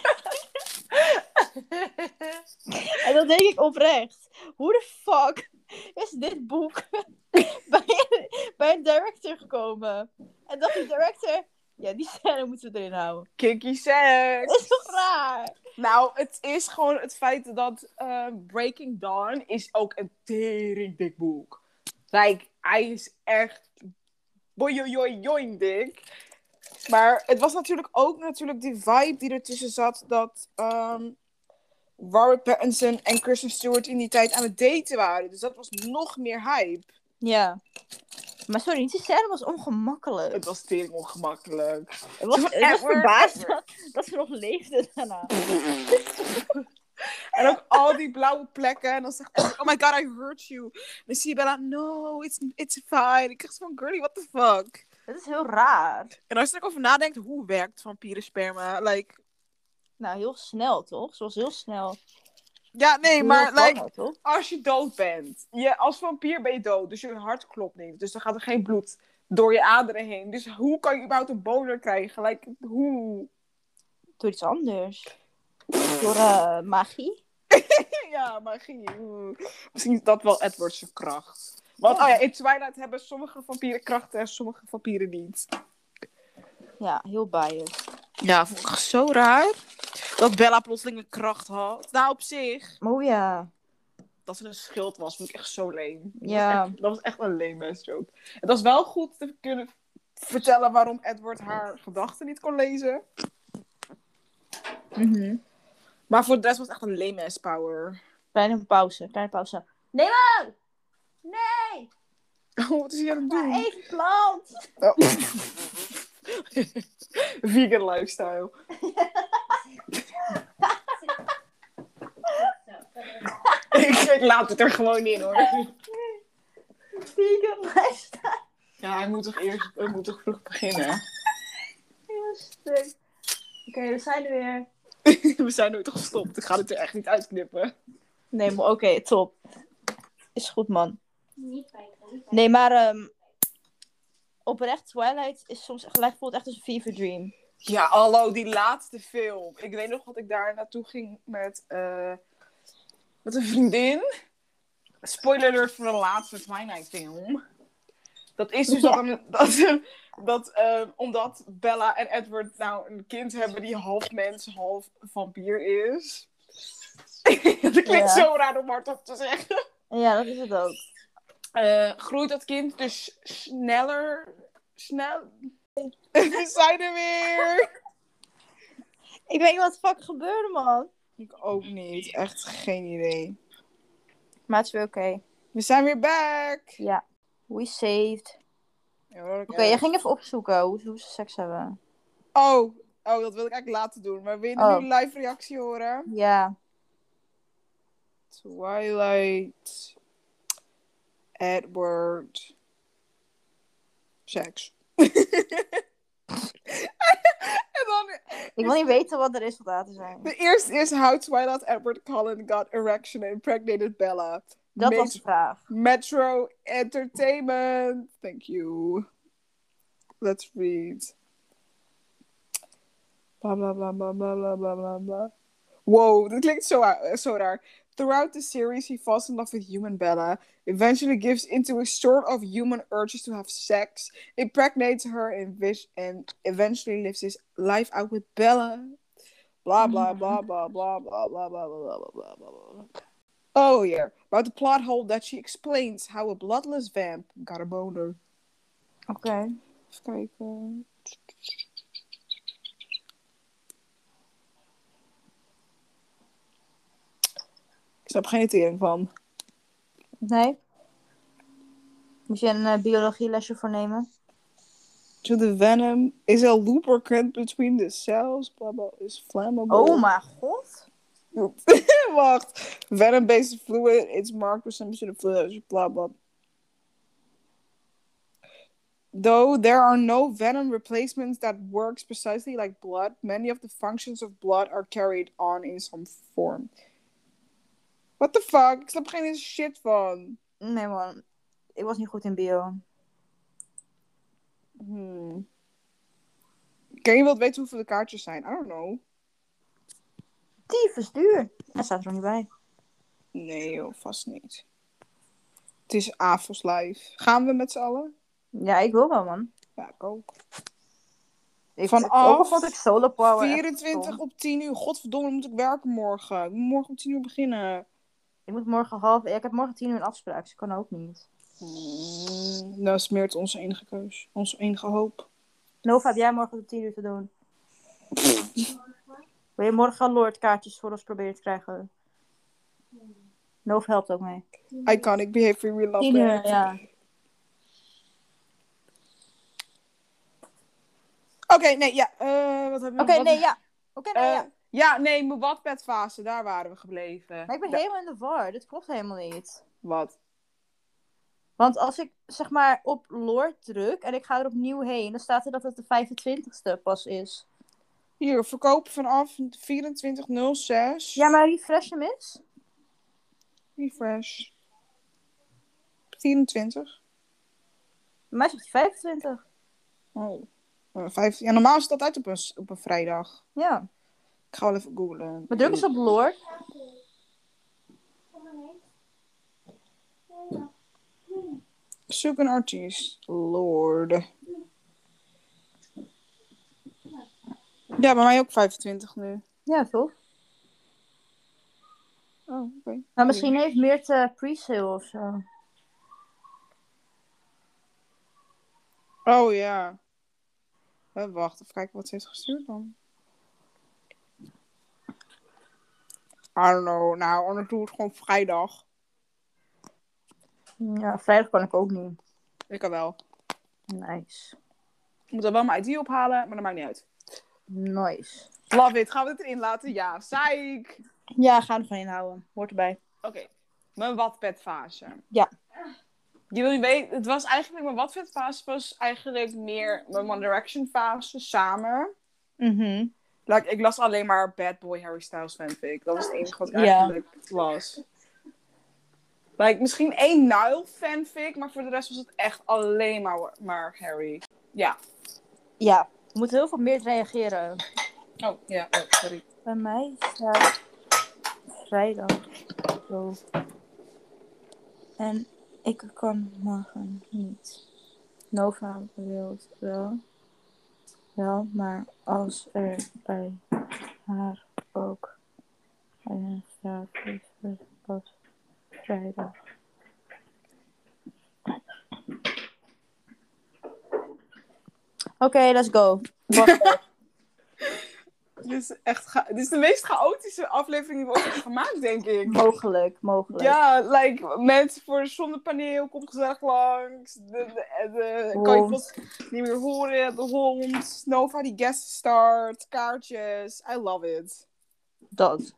En dan denk ik oprecht, hoe de fuck is dit boek bij, bij een director gekomen? En dacht die director, ja, die scène moeten we erin houden. Kinky sex. Dat is toch raar? Nou, het is gewoon het feit dat uh, Breaking Dawn is ook een tering dik boek. Like, hij is echt bojojojoing dik. Maar het was natuurlijk ook natuurlijk die vibe die ertussen zat dat um, Robert Pattinson en Kristen Stewart in die tijd aan het daten waren. Dus dat was nog meer hype. Ja. Maar sorry, die scène was ongemakkelijk. Het was tering ongemakkelijk. Het was, Ze was het was Edward, verbaasd Edward. dat, dat ze nog leefde daarna. En ook al die blauwe plekken. En dan zegt Edward, oh my god, I hurt you. En dan zie je Bella, no, it's, it's fine. Ik dacht van, girlie, what the fuck? Het is heel raar. En als je er ook over nadenkt, hoe werkt vampierensperma? Like... Nou, heel snel, toch? Ze was heel snel. Ja, nee, Heel maar snel, like, toch? als je dood bent. Je, als vampier ben je dood, dus je hart klopt niet. Dus dan gaat er geen bloed door je aderen heen. Dus hoe kan je überhaupt een boner krijgen? Like, hoe? Door iets anders. Door uh, magie. Ja, magie. Oeh. Misschien is dat wel Edward's kracht. Want oh ja, in Twilight hebben sommige vampieren krachten en sommige vampieren niet. Ja, heel biased. Ja, vond ik zo raar. Dat Bella plotseling een kracht had. Nou, op zich. Oh ja. Dat ze een schild was, vond ik echt zo lame. Ja. Dat was echt, dat was echt een lame ass joke. Het was wel goed te kunnen vertellen waarom Edward haar gedachten niet kon lezen. Mm-hmm. Maar voor de rest was het echt een lame ass power. Kleine pauze, kleine pauze. Nemo! Nee! Oh, wat is hij aan het doen? Maar even plant! Oh. Vegan lifestyle. ik, ik laat het er gewoon in, hoor. Vegan lifestyle. Ja, hij moet toch eerst hij moet toch vroeg beginnen. Heel stuk. Oké, okay, we zijn er weer. We zijn nooit gestopt. Ik ga het er echt niet uitknippen. Nee, maar oké, top. Is goed, man. Niet bij niet bij- Nee, maar um, oprecht, Twilight is soms gelijk voelt echt als een fever dream. Ja, hallo, die laatste film. Ik weet nog dat ik daar naartoe ging met, uh, met een vriendin. Spoiler alert voor de laatste Twilight film. Dat is dus Ja. dat, een, dat, dat uh, omdat Bella en Edward nou een kind hebben die half mens, half vampier is. Dat klinkt Ja. zo raar om hardop te zeggen. Ja, dat is het ook. Uh, groeit dat kind dus sneller? Snel? We zijn er weer! Ik weet niet wat de fuck gebeurde, man. Ik ook niet. Echt geen idee. Maar het is weer oké. We zijn weer back! Ja. We saved. Ja, hoor ik Oké, echt. jij ging even opzoeken hoe, hoe ze seks hebben. Oh, oh, dat wil ik eigenlijk laten doen. Maar wil je Oh. nu een live reactie horen? Ja. Twilight. Edward. Seks. En dan... Ik wil niet weten wat de resultaten zijn. De eerste is how Twilight Edward Cullen got erection and impregnated Bella. Dat Met- was de vraag. Metro Entertainment. Thank you. Let's read. Bla bla bla bla bla bla bla bla bla. Wow, dit klinkt zo, uh, zo raar. Throughout the series, he falls in love with human Bella, eventually gives into a sort of human urges to have sex, impregnates her, and, vis- and eventually lives his life out with Bella. Blah blah blah blah blah blah blah blah blah blah blah blah. Oh yeah, about the plot hole that she explains how a bloodless vamp got a boner. Oké. Even kijken. Ik snap geen tering van. Nee? Moet je een uh, biologielesje voor nemen? To the venom is a lubricant between the cells. Blah blah is flammable. Oh mijn god. Wacht. Venom-based fluid. It's marked with some sort of fluid. Blah blah. Though there are no venom replacements that works precisely like blood, many of the functions of blood are carried on in some form. What the fuck? Ik snap er geen shit van. Nee man. Ik was niet goed in bio. Hmm. Ken je wel weten hoeveel de kaartjes zijn? I don't know. Tyfus duur. Dat staat er nog niet bij. Nee joh, vast niet. Het is Avos live. Gaan we met z'n allen? Ja, ik wil wel man. Ja, ik ook. Ik, Vanaf ook al vond ik solo power echt vierentwintig stom. op tien uur. Godverdomme, dan moet ik werken morgen. Ik moet morgen om tien uur beginnen. Ik moet morgen half... Ja, ik heb morgen tien uur een afspraak. Dus ik kan ook niet. Hmm, nou smeert onze enige keus. Onze enige hoop. Nova, heb jij morgen om tien uur te doen? Wil je morgen Lord kaartjes voor ons proberen te krijgen? Nova helpt ook mee. Iconic behavior, we love tien uur, that. ja. Oké, nee, ja. Uh, wat hebben we Oké, wat- nee, ja. Oké, nee, Eh, ja. ja, nee, mijn Wattpad-fase, daar waren we gebleven. Maar ik ben Da- helemaal in de war. Dit klopt helemaal niet. Wat? Want als ik, zeg maar, op Lord druk en ik ga er opnieuw heen, dan staat er dat het de vijfentwintigste pas is. Hier, verkoop vanaf vierentwintig nul zes. Ja, maar refresh hem eens. Refresh. vierentwintig. Bij mij zegt hij vijfentwintig. Oh. Uh, vijf... Ja, normaal is het altijd op een, s- op een vrijdag. Ja. Ik ga wel even googlen. Maar druk eens op Lord. Zoek een artiest. Lord. Ja, bij mij ook vijfentwintig nu. Ja, toch? Oh, oké. Maar misschien heeft meer te pre-sale of zo. Oh ja. Eh, wacht, even kijken wat ze heeft gestuurd dan. I don't know. Nou, anders doe ik het gewoon vrijdag. Ja, vrijdag kan ik ook niet. Ik kan wel. Nice. Ik moet dan wel mijn I D ophalen, maar dat maakt niet uit. Nice. Love it. Gaan we het erin laten? Ja, psych. Ja, ga er gewoon inhouden. Hoort erbij. Oké. Mijn Wattpad-fase. Ja. Je wil niet weten, het was eigenlijk, mijn Wattpad-fase was eigenlijk meer mijn One Direction-fase samen. Mhm. Like, ik las alleen maar Bad Boy Harry Styles fanfic. Dat was het enige wat ik Ja. eigenlijk las. Like, misschien één Niall fanfic, maar voor de rest was het echt alleen maar, maar Harry. Ja. Ja, we moeten heel veel meer reageren. Oh, ja. Oh, sorry. Bij mij staat vrijdag zo. En ik kan morgen niet. Nova wil wel. Wel, maar als er bij haar ook een staat is het pas vrijdag. Oké, okay, let's go. Dit is echt cha- dit is de meest chaotische aflevering die we ooit hebben gemaakt, denk ik. Mogelijk, mogelijk. Ja, like, mensen voor het zonnepaneel komt gezellig langs. De, de, de, kan je pot niet meer horen. De hond. Nova die guest start. Kaartjes. I love it. Dat.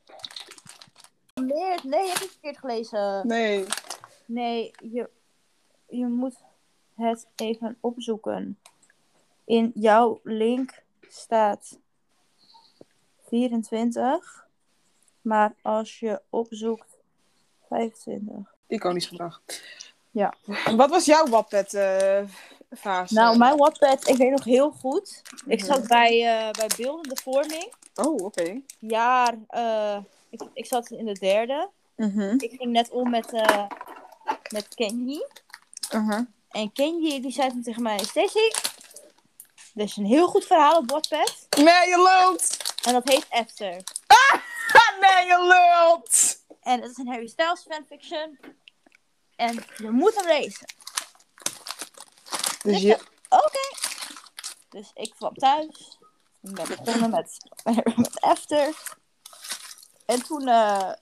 Nee, nee, je hebt het verkeerd gelezen. Nee. Nee, je, je moet het even opzoeken. In jouw link staat vierentwintig. Maar als je opzoekt vijfentwintig. Iconisch gedrag. Ja. Wat was jouw Wattpad uh, fase? Nou, mijn Wattpad, ik weet nog heel goed. Ik zat bij, uh, bij beeldende vorming. Oh, oké. Okay. Jaar, uh, ik, ik zat in de derde. Mm-hmm. Ik ging net om met, uh, met Kenji. Uh-huh. En Kenji die zei toen tegen mij, Stacey, er is een heel goed verhaal op Wattpad. Nee, je lult! En dat heet After. Ah, nee, je lult! En het is een Harry Styles fanfiction. En je moet hem lezen. Dus je... Oké. Okay. Dus ik kwam thuis. Ik ben begonnen met, met After. En toen... Uh...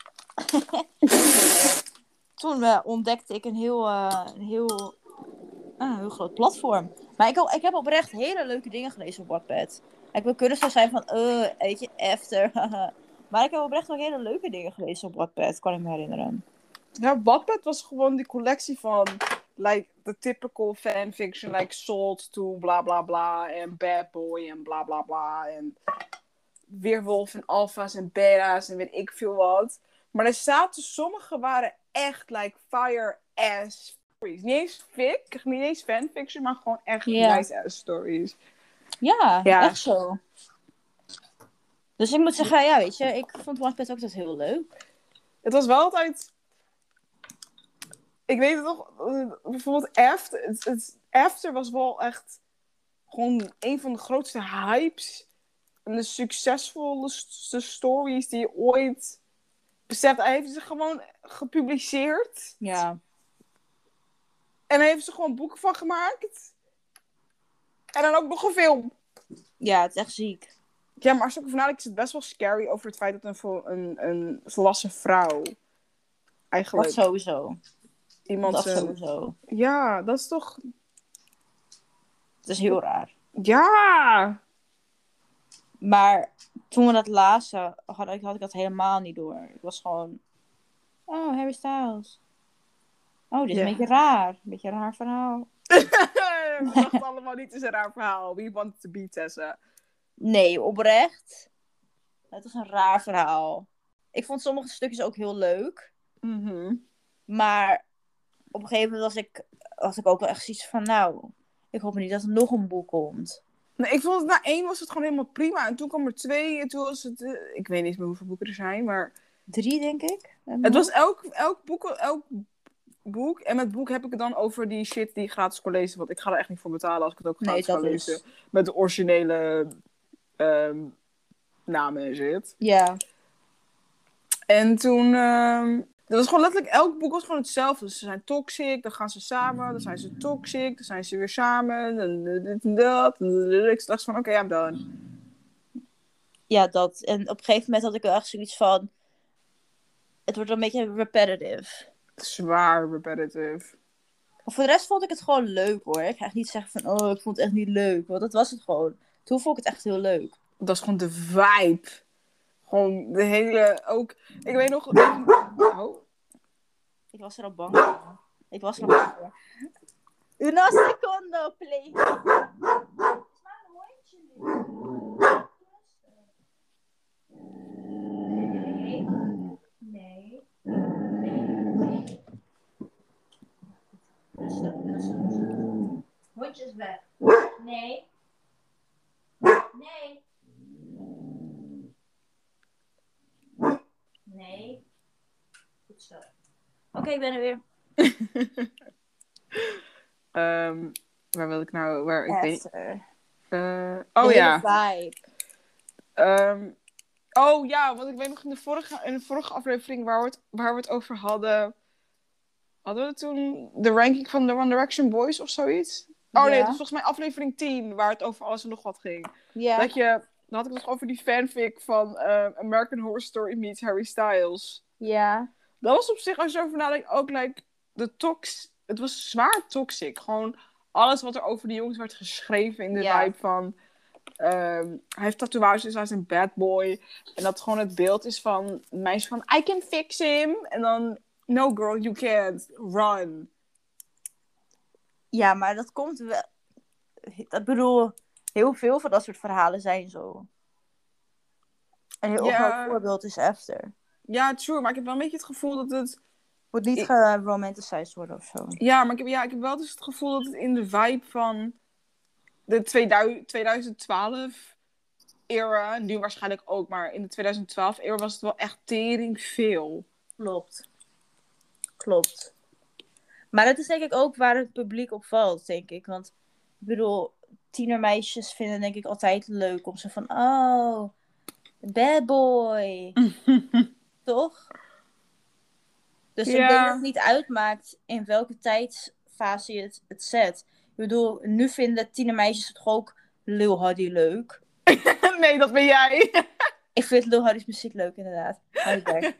toen uh, ontdekte ik een heel... Uh, een heel... Ah, een heel groot platform. Maar ik, ik heb oprecht hele leuke dingen gelezen op Wattpad. Ik wil kunnen zo zijn van... Uh, weet je, After. Maar ik heb oprecht nog hele leuke dingen gelezen op Wattpad. Kan ik me herinneren. Ja, Wattpad was gewoon die collectie van... Like, the typical fanfiction. Like, sold to bla bla bla. En bad boy en bla bla bla. En weerwolf en alfa's en beta's en weet ik veel wat. Maar er zaten... Sommige waren echt like fire ass stories. Niet eens fic. Niet eens fanfiction. Maar gewoon echt yeah. nice ass stories. Ja, ja, echt zo. Dus ik moet zeggen, ja, weet je, ik vond Wattpad ook altijd heel leuk. Het was wel altijd... Ik weet het nog, bijvoorbeeld After, het, het, After was wel echt gewoon een van de grootste hypes en de succesvolste stories die je ooit beseft. Hij heeft ze gewoon gepubliceerd. Ja. En hij heeft ze gewoon boeken van gemaakt. En dan ook nog een film. Ja, het is echt ziek. Ja, maar als ik ervan nadenk, is het best wel scary over het feit dat een, vo- een, een volwassen vrouw eigenlijk... Dat sowieso. Iemand dat zijn... sowieso. Ja, dat is toch... Het is heel raar. Ja! Maar toen we dat lazen, had ik, had ik dat helemaal niet door. Ik was gewoon... Oh, Harry Styles. Oh, dit is Ja. een beetje raar. Een beetje een raar verhaal. We dachten allemaal niet, het is een raar verhaal. We wanted to be Tessa. Nee, oprecht. Het is een raar verhaal. Ik vond sommige stukjes ook heel leuk. Mm-hmm. Maar op een gegeven moment was ik, was ik ook wel echt zoiets van... Nou, ik hoop niet dat er nog een boek komt. Nee, ik vond het na één was het gewoon helemaal prima. En toen kwam er twee. En toen was het... Uh, ik weet niet meer hoeveel boeken er zijn, maar... Drie, denk ik. Het was elk, elk, boek, elk boek. En met boek heb ik het dan over die shit die ik gratis kon lezen. Want ik ga er echt niet voor betalen als ik het ook gratis Nee, ga dat lezen. is. Met de originele um, namen en shit. Ja. En toen... Um, dat was gewoon letterlijk... Elk boek was gewoon hetzelfde. Dus ze zijn toxic. Dan gaan ze samen. Dan zijn ze toxic. Dan zijn ze weer samen. En dit en dat. Ik dacht van... Oké, okay, I'm done. Ja, dat. En op een gegeven moment had ik wel echt zoiets van... Het wordt een beetje repetitive. Zwaar repetitive. Maar voor de rest vond ik het gewoon leuk, hoor. Ik ga echt niet zeggen van... Oh, ik vond het echt niet leuk. Want dat was het gewoon. Toen vond ik het echt heel leuk. Dat is gewoon de vibe. Gewoon de hele... Ook... Ik weet nog... Oh. Ik was er al bang voor. Ik was er al bang voor. Una secondo, please. is weg. Nee. Nee. Nee. Goed zo. Oké, ik ben er weer. Ehm, waar wil ik nou... Waar, ik weet, Esther. eh, De oh hele ja. vibe. Ehm, oh ja, want ik weet nog in de vorige, in de vorige aflevering waar we, het, waar we het over hadden... Hadden we toen de ranking van de One Direction Boys of zoiets? Oh nee, Ja. het was volgens mij aflevering tien waar het over alles en nog wat ging. Ja. Dat je, dan had ik het nog over die fanfic van eh, American Horror Story meets Harry Styles. Ja. Dat was op zich, als je erover nadenkt, ook like, de tox... Het was zwaar toxic. Gewoon alles wat er over die jongens werd geschreven in de Ja. vibe van... ehm, hij heeft tatoeages, dus hij is een bad boy. En dat gewoon het beeld is van een meisje van... I can fix him. En dan... No girl, you can't. Run. Ja, maar dat komt wel... Ik bedoel, heel veel van dat soort verhalen zijn zo. Een heel Ja. groot voorbeeld is After. Ja, true. Maar ik heb wel een beetje het gevoel dat het... Moet niet Ik- geromanticized worden of zo. Ja, maar ik heb, ja, ik heb wel dus het gevoel dat het in de vibe van de tweeduizend, twintig twaalf era, nu waarschijnlijk ook, maar in de twintig twaalf era was het wel echt tering veel. Klopt. Klopt. Maar dat is denk ik ook waar het publiek op valt, denk ik. Want, ik bedoel, tienermeisjes vinden denk ik altijd leuk om zo van... Oh, bad boy. Toch? Dus ik Ja. denk dat het niet uitmaakt in welke tijdsfase je het, het zet. Ik bedoel, nu vinden tienermeisjes het toch ook Lil Huddy leuk. Nee, dat ben jij. Ik vind Lil Huddy's muziek leuk, inderdaad. Hou je bek.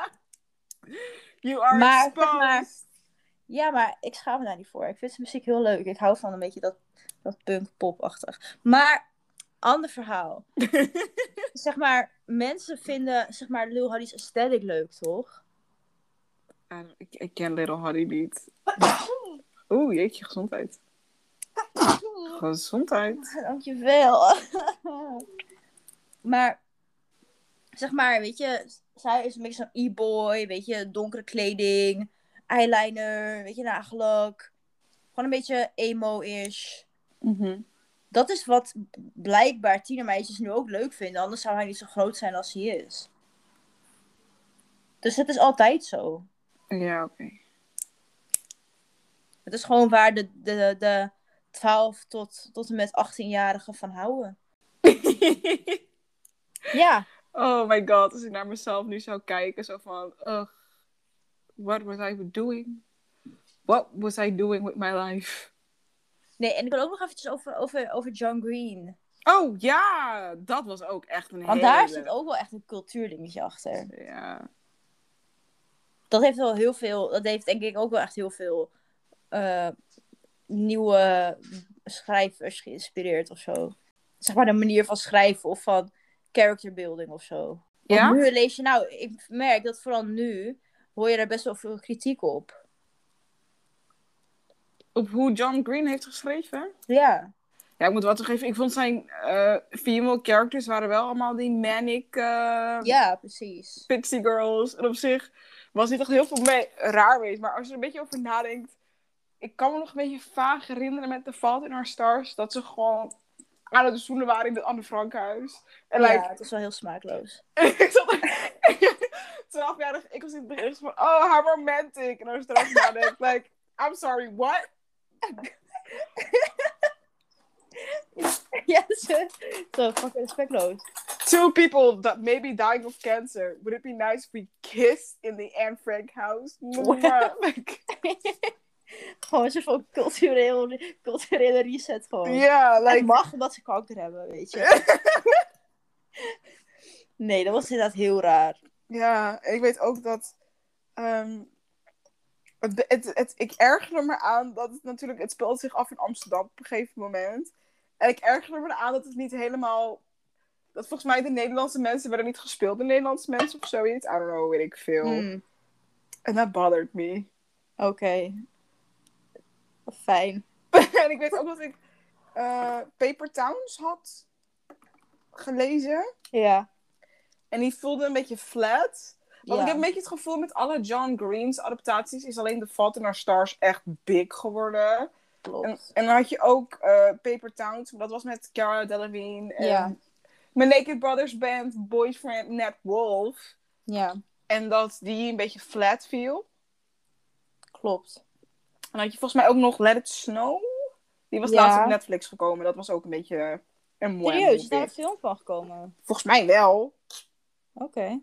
You are Maar, zeg exposed. maar- Ja, maar ik schaam me daar niet voor. Ik vind zijn muziek heel leuk. Ik hou van een beetje dat, dat punk-pop-achtig. Maar, ander verhaal. Zeg maar, mensen vinden zeg maar, Lil Huddy's aesthetic leuk, toch? Ah, ik, ik ken Little Huddy niet. Oeh, jeetje, gezondheid. Gezondheid. Dankjewel. Maar, zeg maar, weet je, zij is een beetje zo'n e-boy, weet je, donkere kleding, eyeliner, weet je, nagellak. Gewoon een beetje emo-ish. Mhm. Dat is wat blijkbaar tienermeisjes nu ook leuk vinden, anders zou hij niet zo groot zijn als hij is. Dus het is altijd zo. Ja, oké. Het is gewoon waar de, de, de twaalf tot, tot en met achttienjarigen van houden. Ja. Oh my god, als ik naar mezelf nu zou kijken, zo van, ugh, what was I doing? What was I doing with my life? Nee, en ik wil ook nog eventjes over, over, over John Green. Oh ja, dat was ook echt een Want hele... daar zit ook wel echt een cultuurdingetje achter. Ja. Dat heeft wel heel veel, dat heeft denk ik ook wel echt heel veel eh, nieuwe schrijvers geïnspireerd of zo. Zeg maar de manier van schrijven of van character building of zo. Want Ja? nu lees je, nou, ik merk dat vooral nu hoor je er best wel veel kritiek op. Op hoe John Green heeft geschreven? Ja. Ja, ik moet wel toegeven, ik vond zijn eh, female characters waren wel allemaal die manic eh, Ja, precies. pixie girls. En op zich was niet echt heel veel mee, raar mee. Maar als je er een beetje over nadenkt, ik kan me nog een beetje vaag herinneren met The Fault in Our Stars, dat ze gewoon aan het zoenen waren in het Anne Frankhuis. En Ja, like, het is wel heel smaakloos. ik zat er... twaalfjarig, ik was in het begin echt van, oh, how romantic. En als je erover nadenkt, like, I'm sorry, what? Ja, zo, zo fucking respectloos. Two people that may be dying of cancer. Would it be nice if we kissed in the Anne Frank house? Mwah. Like, Gewoon een soort van cultureel, culturele reset gewoon. yeah, Het like... mag omdat ze kanker hebben, weet je. Nee, dat was inderdaad heel raar. Ja, en ik weet ook dat... ehm, het, het, het, ik ergerde me aan dat het natuurlijk... Het speelt zich af in Amsterdam op een gegeven moment. En ik ergerde me aan dat het niet helemaal... Dat volgens mij de Nederlandse mensen werden niet gespeeld. De Nederlandse mensen of zoiets. I don't know, weet ik veel. Hmm, En dat bothered me. Oké. Fijn. En ik weet ook dat ik eh, Paper Towns had gelezen. Ja. En die voelde een beetje flat. Want Ja. ik heb een beetje het gevoel met alle John Green's adaptaties is alleen The Fault in Our Stars echt big geworden. klopt. En, en dan had je ook uh, Paper Towns. Dat was met Cara Delevingne. En Ja. mijn Naked Brothers band, boyfriend Nat Wolf. Ja, En dat die een beetje flat viel. klopt. En dan had je volgens mij ook nog Let It Snow. Die was Ja. laatst op Netflix gekomen. Dat was ook een beetje uh, een mooi Serieus, is movie. daar een film van gekomen? Volgens mij wel. Oké. Okay.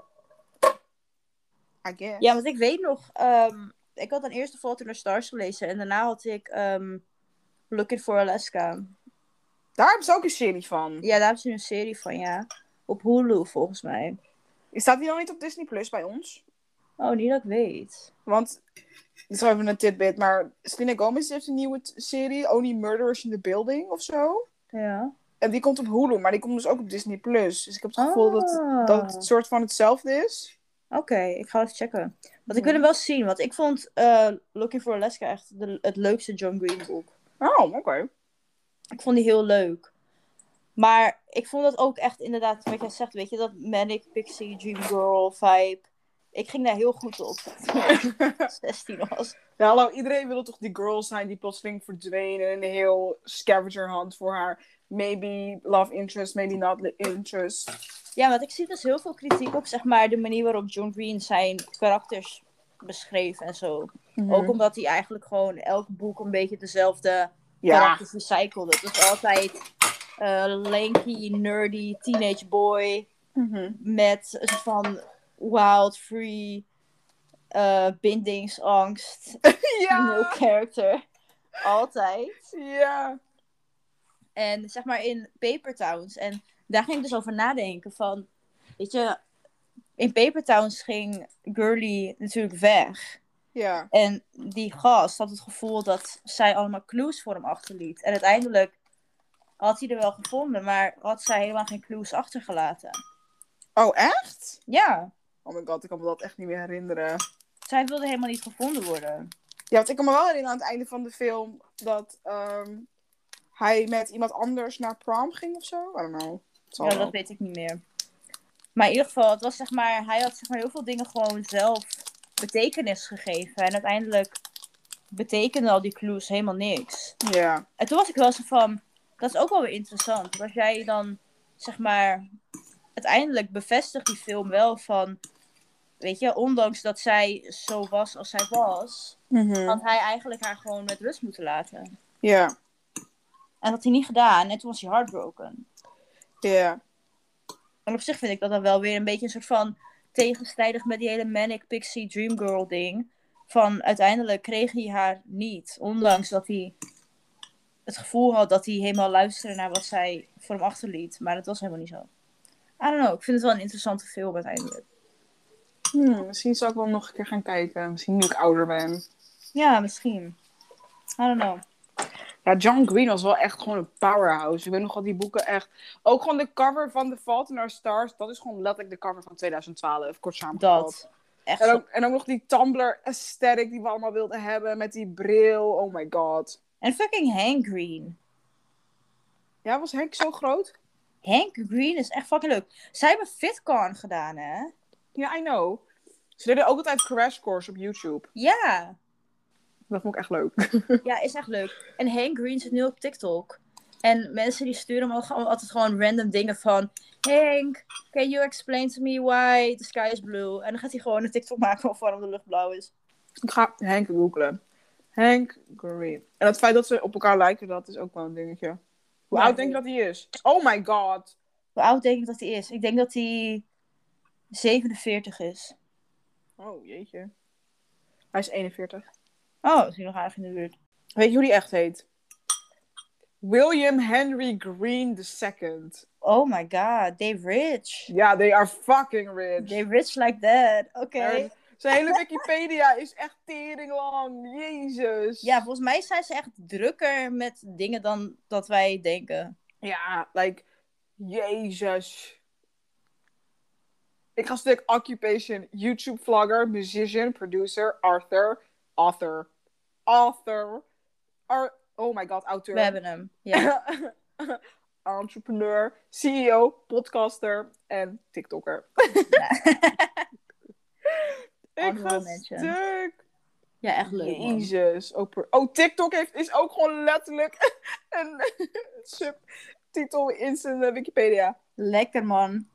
I guess. Ja, want ik weet nog... Um, ik had dan eerst de Fault in Our Stars gelezen. En daarna had ik um, Looking for Alaska. Daar hebben ze ook een serie van. Ja, daar hebben ze een serie van, ja. Op Hulu, volgens mij. Staat die dan niet op Disney Plus bij ons? Oh, niet dat ik weet. Want, dit is wel even een tidbit, maar Selena Gomez heeft een nieuwe t- serie, Only Murderers in the Building of zo. Ja. En die komt op Hulu, maar die komt dus ook op Disney Plus. Dus ik heb het gevoel Ah. dat, dat het soort van hetzelfde is. Oké, okay, ik ga even checken. Want ik Ja. wil hem wel zien, want ik vond uh, Looking for Alaska echt de, het leukste John Green boek. Oh, oké. Okay. Ik vond die heel leuk. Maar ik vond dat ook echt inderdaad, wat jij zegt, weet je, dat Manic Pixie Dream Girl vibe. Ik ging daar heel goed op toen ik zestien was. Ja, hallo, iedereen wil toch die girl zijn die plotseling verdwenen en een heel scavenger hunt voor haar maybe love interest, maybe not interest. Ja, want ik zie dus heel veel kritiek op, zeg maar, de manier waarop John Green zijn karakters beschreef en zo. Mm-hmm. Ook omdat hij eigenlijk gewoon elk boek een beetje dezelfde ja. karakters recyclede. Het was altijd uh, lanky, nerdy, teenage boy mm-hmm. met een soort van wild, free, uh, bindingsangst. Ja. No character. Altijd. Ja. En zeg maar in Paper Towns. En daar ging ik dus over nadenken van, weet je, in Paper Towns ging Girlie natuurlijk weg. Ja. En die gast had het gevoel dat zij allemaal clues voor hem achterliet. En uiteindelijk had hij er wel gevonden, maar had zij helemaal geen clues achtergelaten. Oh, echt? Ja. Oh my god, ik kan me dat echt niet meer herinneren. Zij wilde helemaal niet gevonden worden. Ja, want ik kan me wel herinneren aan het einde van de film dat um, hij met iemand anders naar prom ging of zo. I don't know. Ja, dat weet ik niet meer. Maar in ieder geval, het was zeg maar, hij had zeg maar heel veel dingen gewoon zelf betekenis gegeven. En uiteindelijk betekende al die clues helemaal niks. Ja. En toen was ik wel zo van, dat is ook wel weer interessant. Want als jij dan, zeg maar, uiteindelijk bevestigt die film wel van, weet je, ondanks dat zij zo was als zij was, Mm-hmm. had hij eigenlijk haar gewoon met rust moeten laten. Ja. En dat had hij niet gedaan. En toen was hij heartbroken. Ja. En op zich vind ik dat dan wel weer een beetje een soort van tegenstrijdig met die hele Manic Pixie Dream Girl ding. Van uiteindelijk kreeg hij haar niet. Ondanks dat hij het gevoel had dat hij helemaal luisterde naar wat zij voor hem achterliet. Maar dat was helemaal niet zo. I don't know. Ik vind het wel een interessante film uiteindelijk. Hmm, misschien zal ik wel nog een keer gaan kijken. Misschien nu ik ouder ben. Ja, misschien. I don't know. Ja, John Green was wel echt gewoon een powerhouse. Ik weet nog wel die boeken echt... Ook gewoon de cover van The Fault in Our Stars. Dat is gewoon letterlijk de cover van twintig twaalf. Kort samengevat. Dat. Echt en, ook, en ook nog die Tumblr aesthetic die we allemaal wilden hebben. Met die bril. Oh my god. En fucking Hank Green. Ja, was Henk zo groot? Hank Green is echt fucking leuk. Zij hebben FitCon gedaan, hè? Ja, I know. Ze deden ook altijd crash course op YouTube. Ja. Dat vond ik echt leuk. Ja, is echt leuk. En Hank Green zit nu op TikTok. En mensen die sturen hem ook altijd gewoon random dingen van... Hank, can you explain to me why the sky is blue? En dan gaat hij gewoon een TikTok maken of waarom de lucht blauw is. Ik ga Hank googlen. Hank Green. En het feit dat ze op elkaar lijken, dat is ook wel een dingetje. Hoe Ja, oud denk je dat hij is? Oh my god. Hoe oud denk ik dat hij is? Ik denk dat hij zevenenveertig is. Oh, jeetje. Hij is eenenveertig. Oh, is hij nog aardig in de buurt. Weet je hoe die echt heet? William Henry Green the second. Oh my god, they rich. Ja, yeah, they are fucking rich. They rich like that. Oké. Okay. Zijn hele Wikipedia is echt tering lang. Jezus. Ja, volgens mij zijn ze echt drukker met dingen dan dat wij denken. Ja, like, jezus. Ik ga stuk occupation, YouTube vlogger, musician, producer, author, author, author, Ar- oh my god, auteur. We hebben hem, ja. Entrepreneur, C E O, podcaster en TikToker. Ja. Ik ga stuk. Ja, echt leuk, man. Jezus. Ook per- oh, TikTok heeft, is ook gewoon letterlijk een subtitel in zijn eh, Wikipedia. Lekker, man.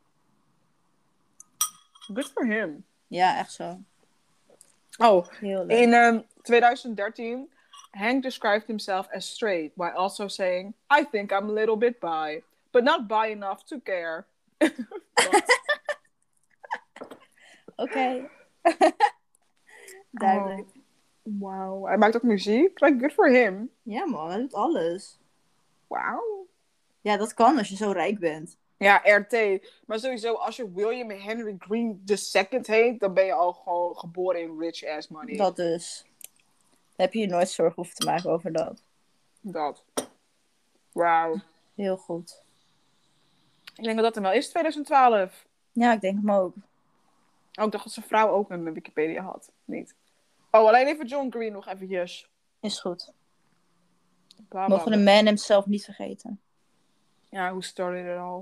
Good for him. Ja, echt zo. Oh, Heel leuk. in um, twintig dertien, Hank described himself as straight, while also saying, I think I'm a little bit bi, but not bi enough to care. Oké. Duidelijk. Oh, wauw. Hij maakt ook muziek. Like, good for him. Ja, man. Hij doet alles. Wauw. Ja, dat kan als je zo rijk bent. Ja, R T. Maar sowieso, als je William Henry Green the Second heet, dan ben je al gewoon geboren in rich ass money. Dat dus. Dan heb je je nooit zorgen hoeven te maken over dat. Dat. Wauw. Heel goed. Ik denk dat dat er wel is, twintig twaalf. Ja, ik denk hem ook. Oh, ik dacht dat zijn vrouw ook een Wikipedia had. Niet. Oh, alleen even John Green nog eventjes. Is goed. Bla, bla, Mogen de bla. man hemzelf niet vergeten. Ja, hoe started it al?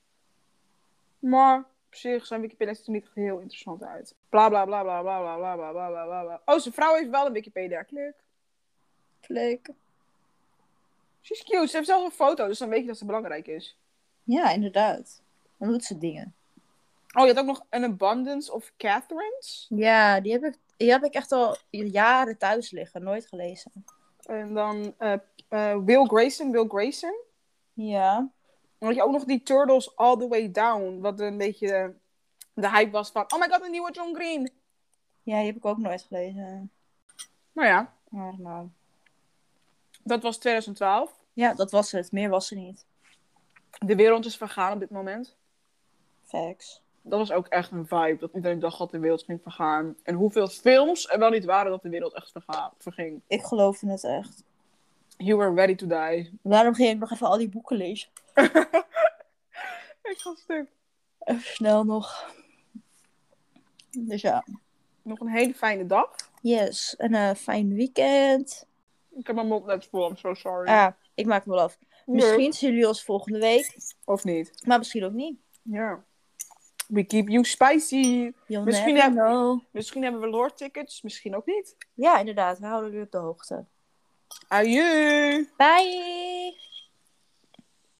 Maar op zich, zijn Wikipedia ziet er niet heel interessant uit. Bla bla bla bla bla bla bla bla bla bla bla bla. Oh, zijn vrouw heeft wel een Wikipedia. Klik. Klik. She's cute. Ze heeft zelfs een foto, dus dan weet je dat ze belangrijk is. Ja, inderdaad. Dan doet ze dingen. Oh, je had ook nog An Abundance of Catherines. Ja, die heb ik, die heb ik echt al jaren thuis liggen. Nooit gelezen. En dan eh, eh, Will Grayson, Will Grayson. Ja. Dan had je ook nog die Turtles All The Way Down. Wat een beetje eh, de hype was van, oh my god, een nieuwe John Green. Ja, die heb ik ook nooit gelezen. Maar ja, Maar nou. dat was twintig twaalf. Ja, dat was het. Meer was er niet. De wereld is vergaan op dit moment. Facts. Dat was ook echt een vibe. Dat iedereen dacht dat de wereld ging vergaan. En hoeveel films er wel niet waren dat de wereld echt verga- verging. Ik geloofde het echt. You were ready to die. Daarom ging ik nog even al die boeken lezen. Ik ga stuk. Even snel nog. Dus ja. Nog een hele fijne dag. Yes. En een fijn weekend. Ik heb mijn mond net vol. I'm so sorry. Ah, ik maak hem wel af. Misschien zien jullie ons volgende week. Of niet. Maar misschien ook niet. Ja. We keep you spicy. You'll Misschien never heb- know. Misschien hebben we Lord tickets. Misschien ook niet. Ja, inderdaad. We houden jullie op de hoogte. Adieu. Bye!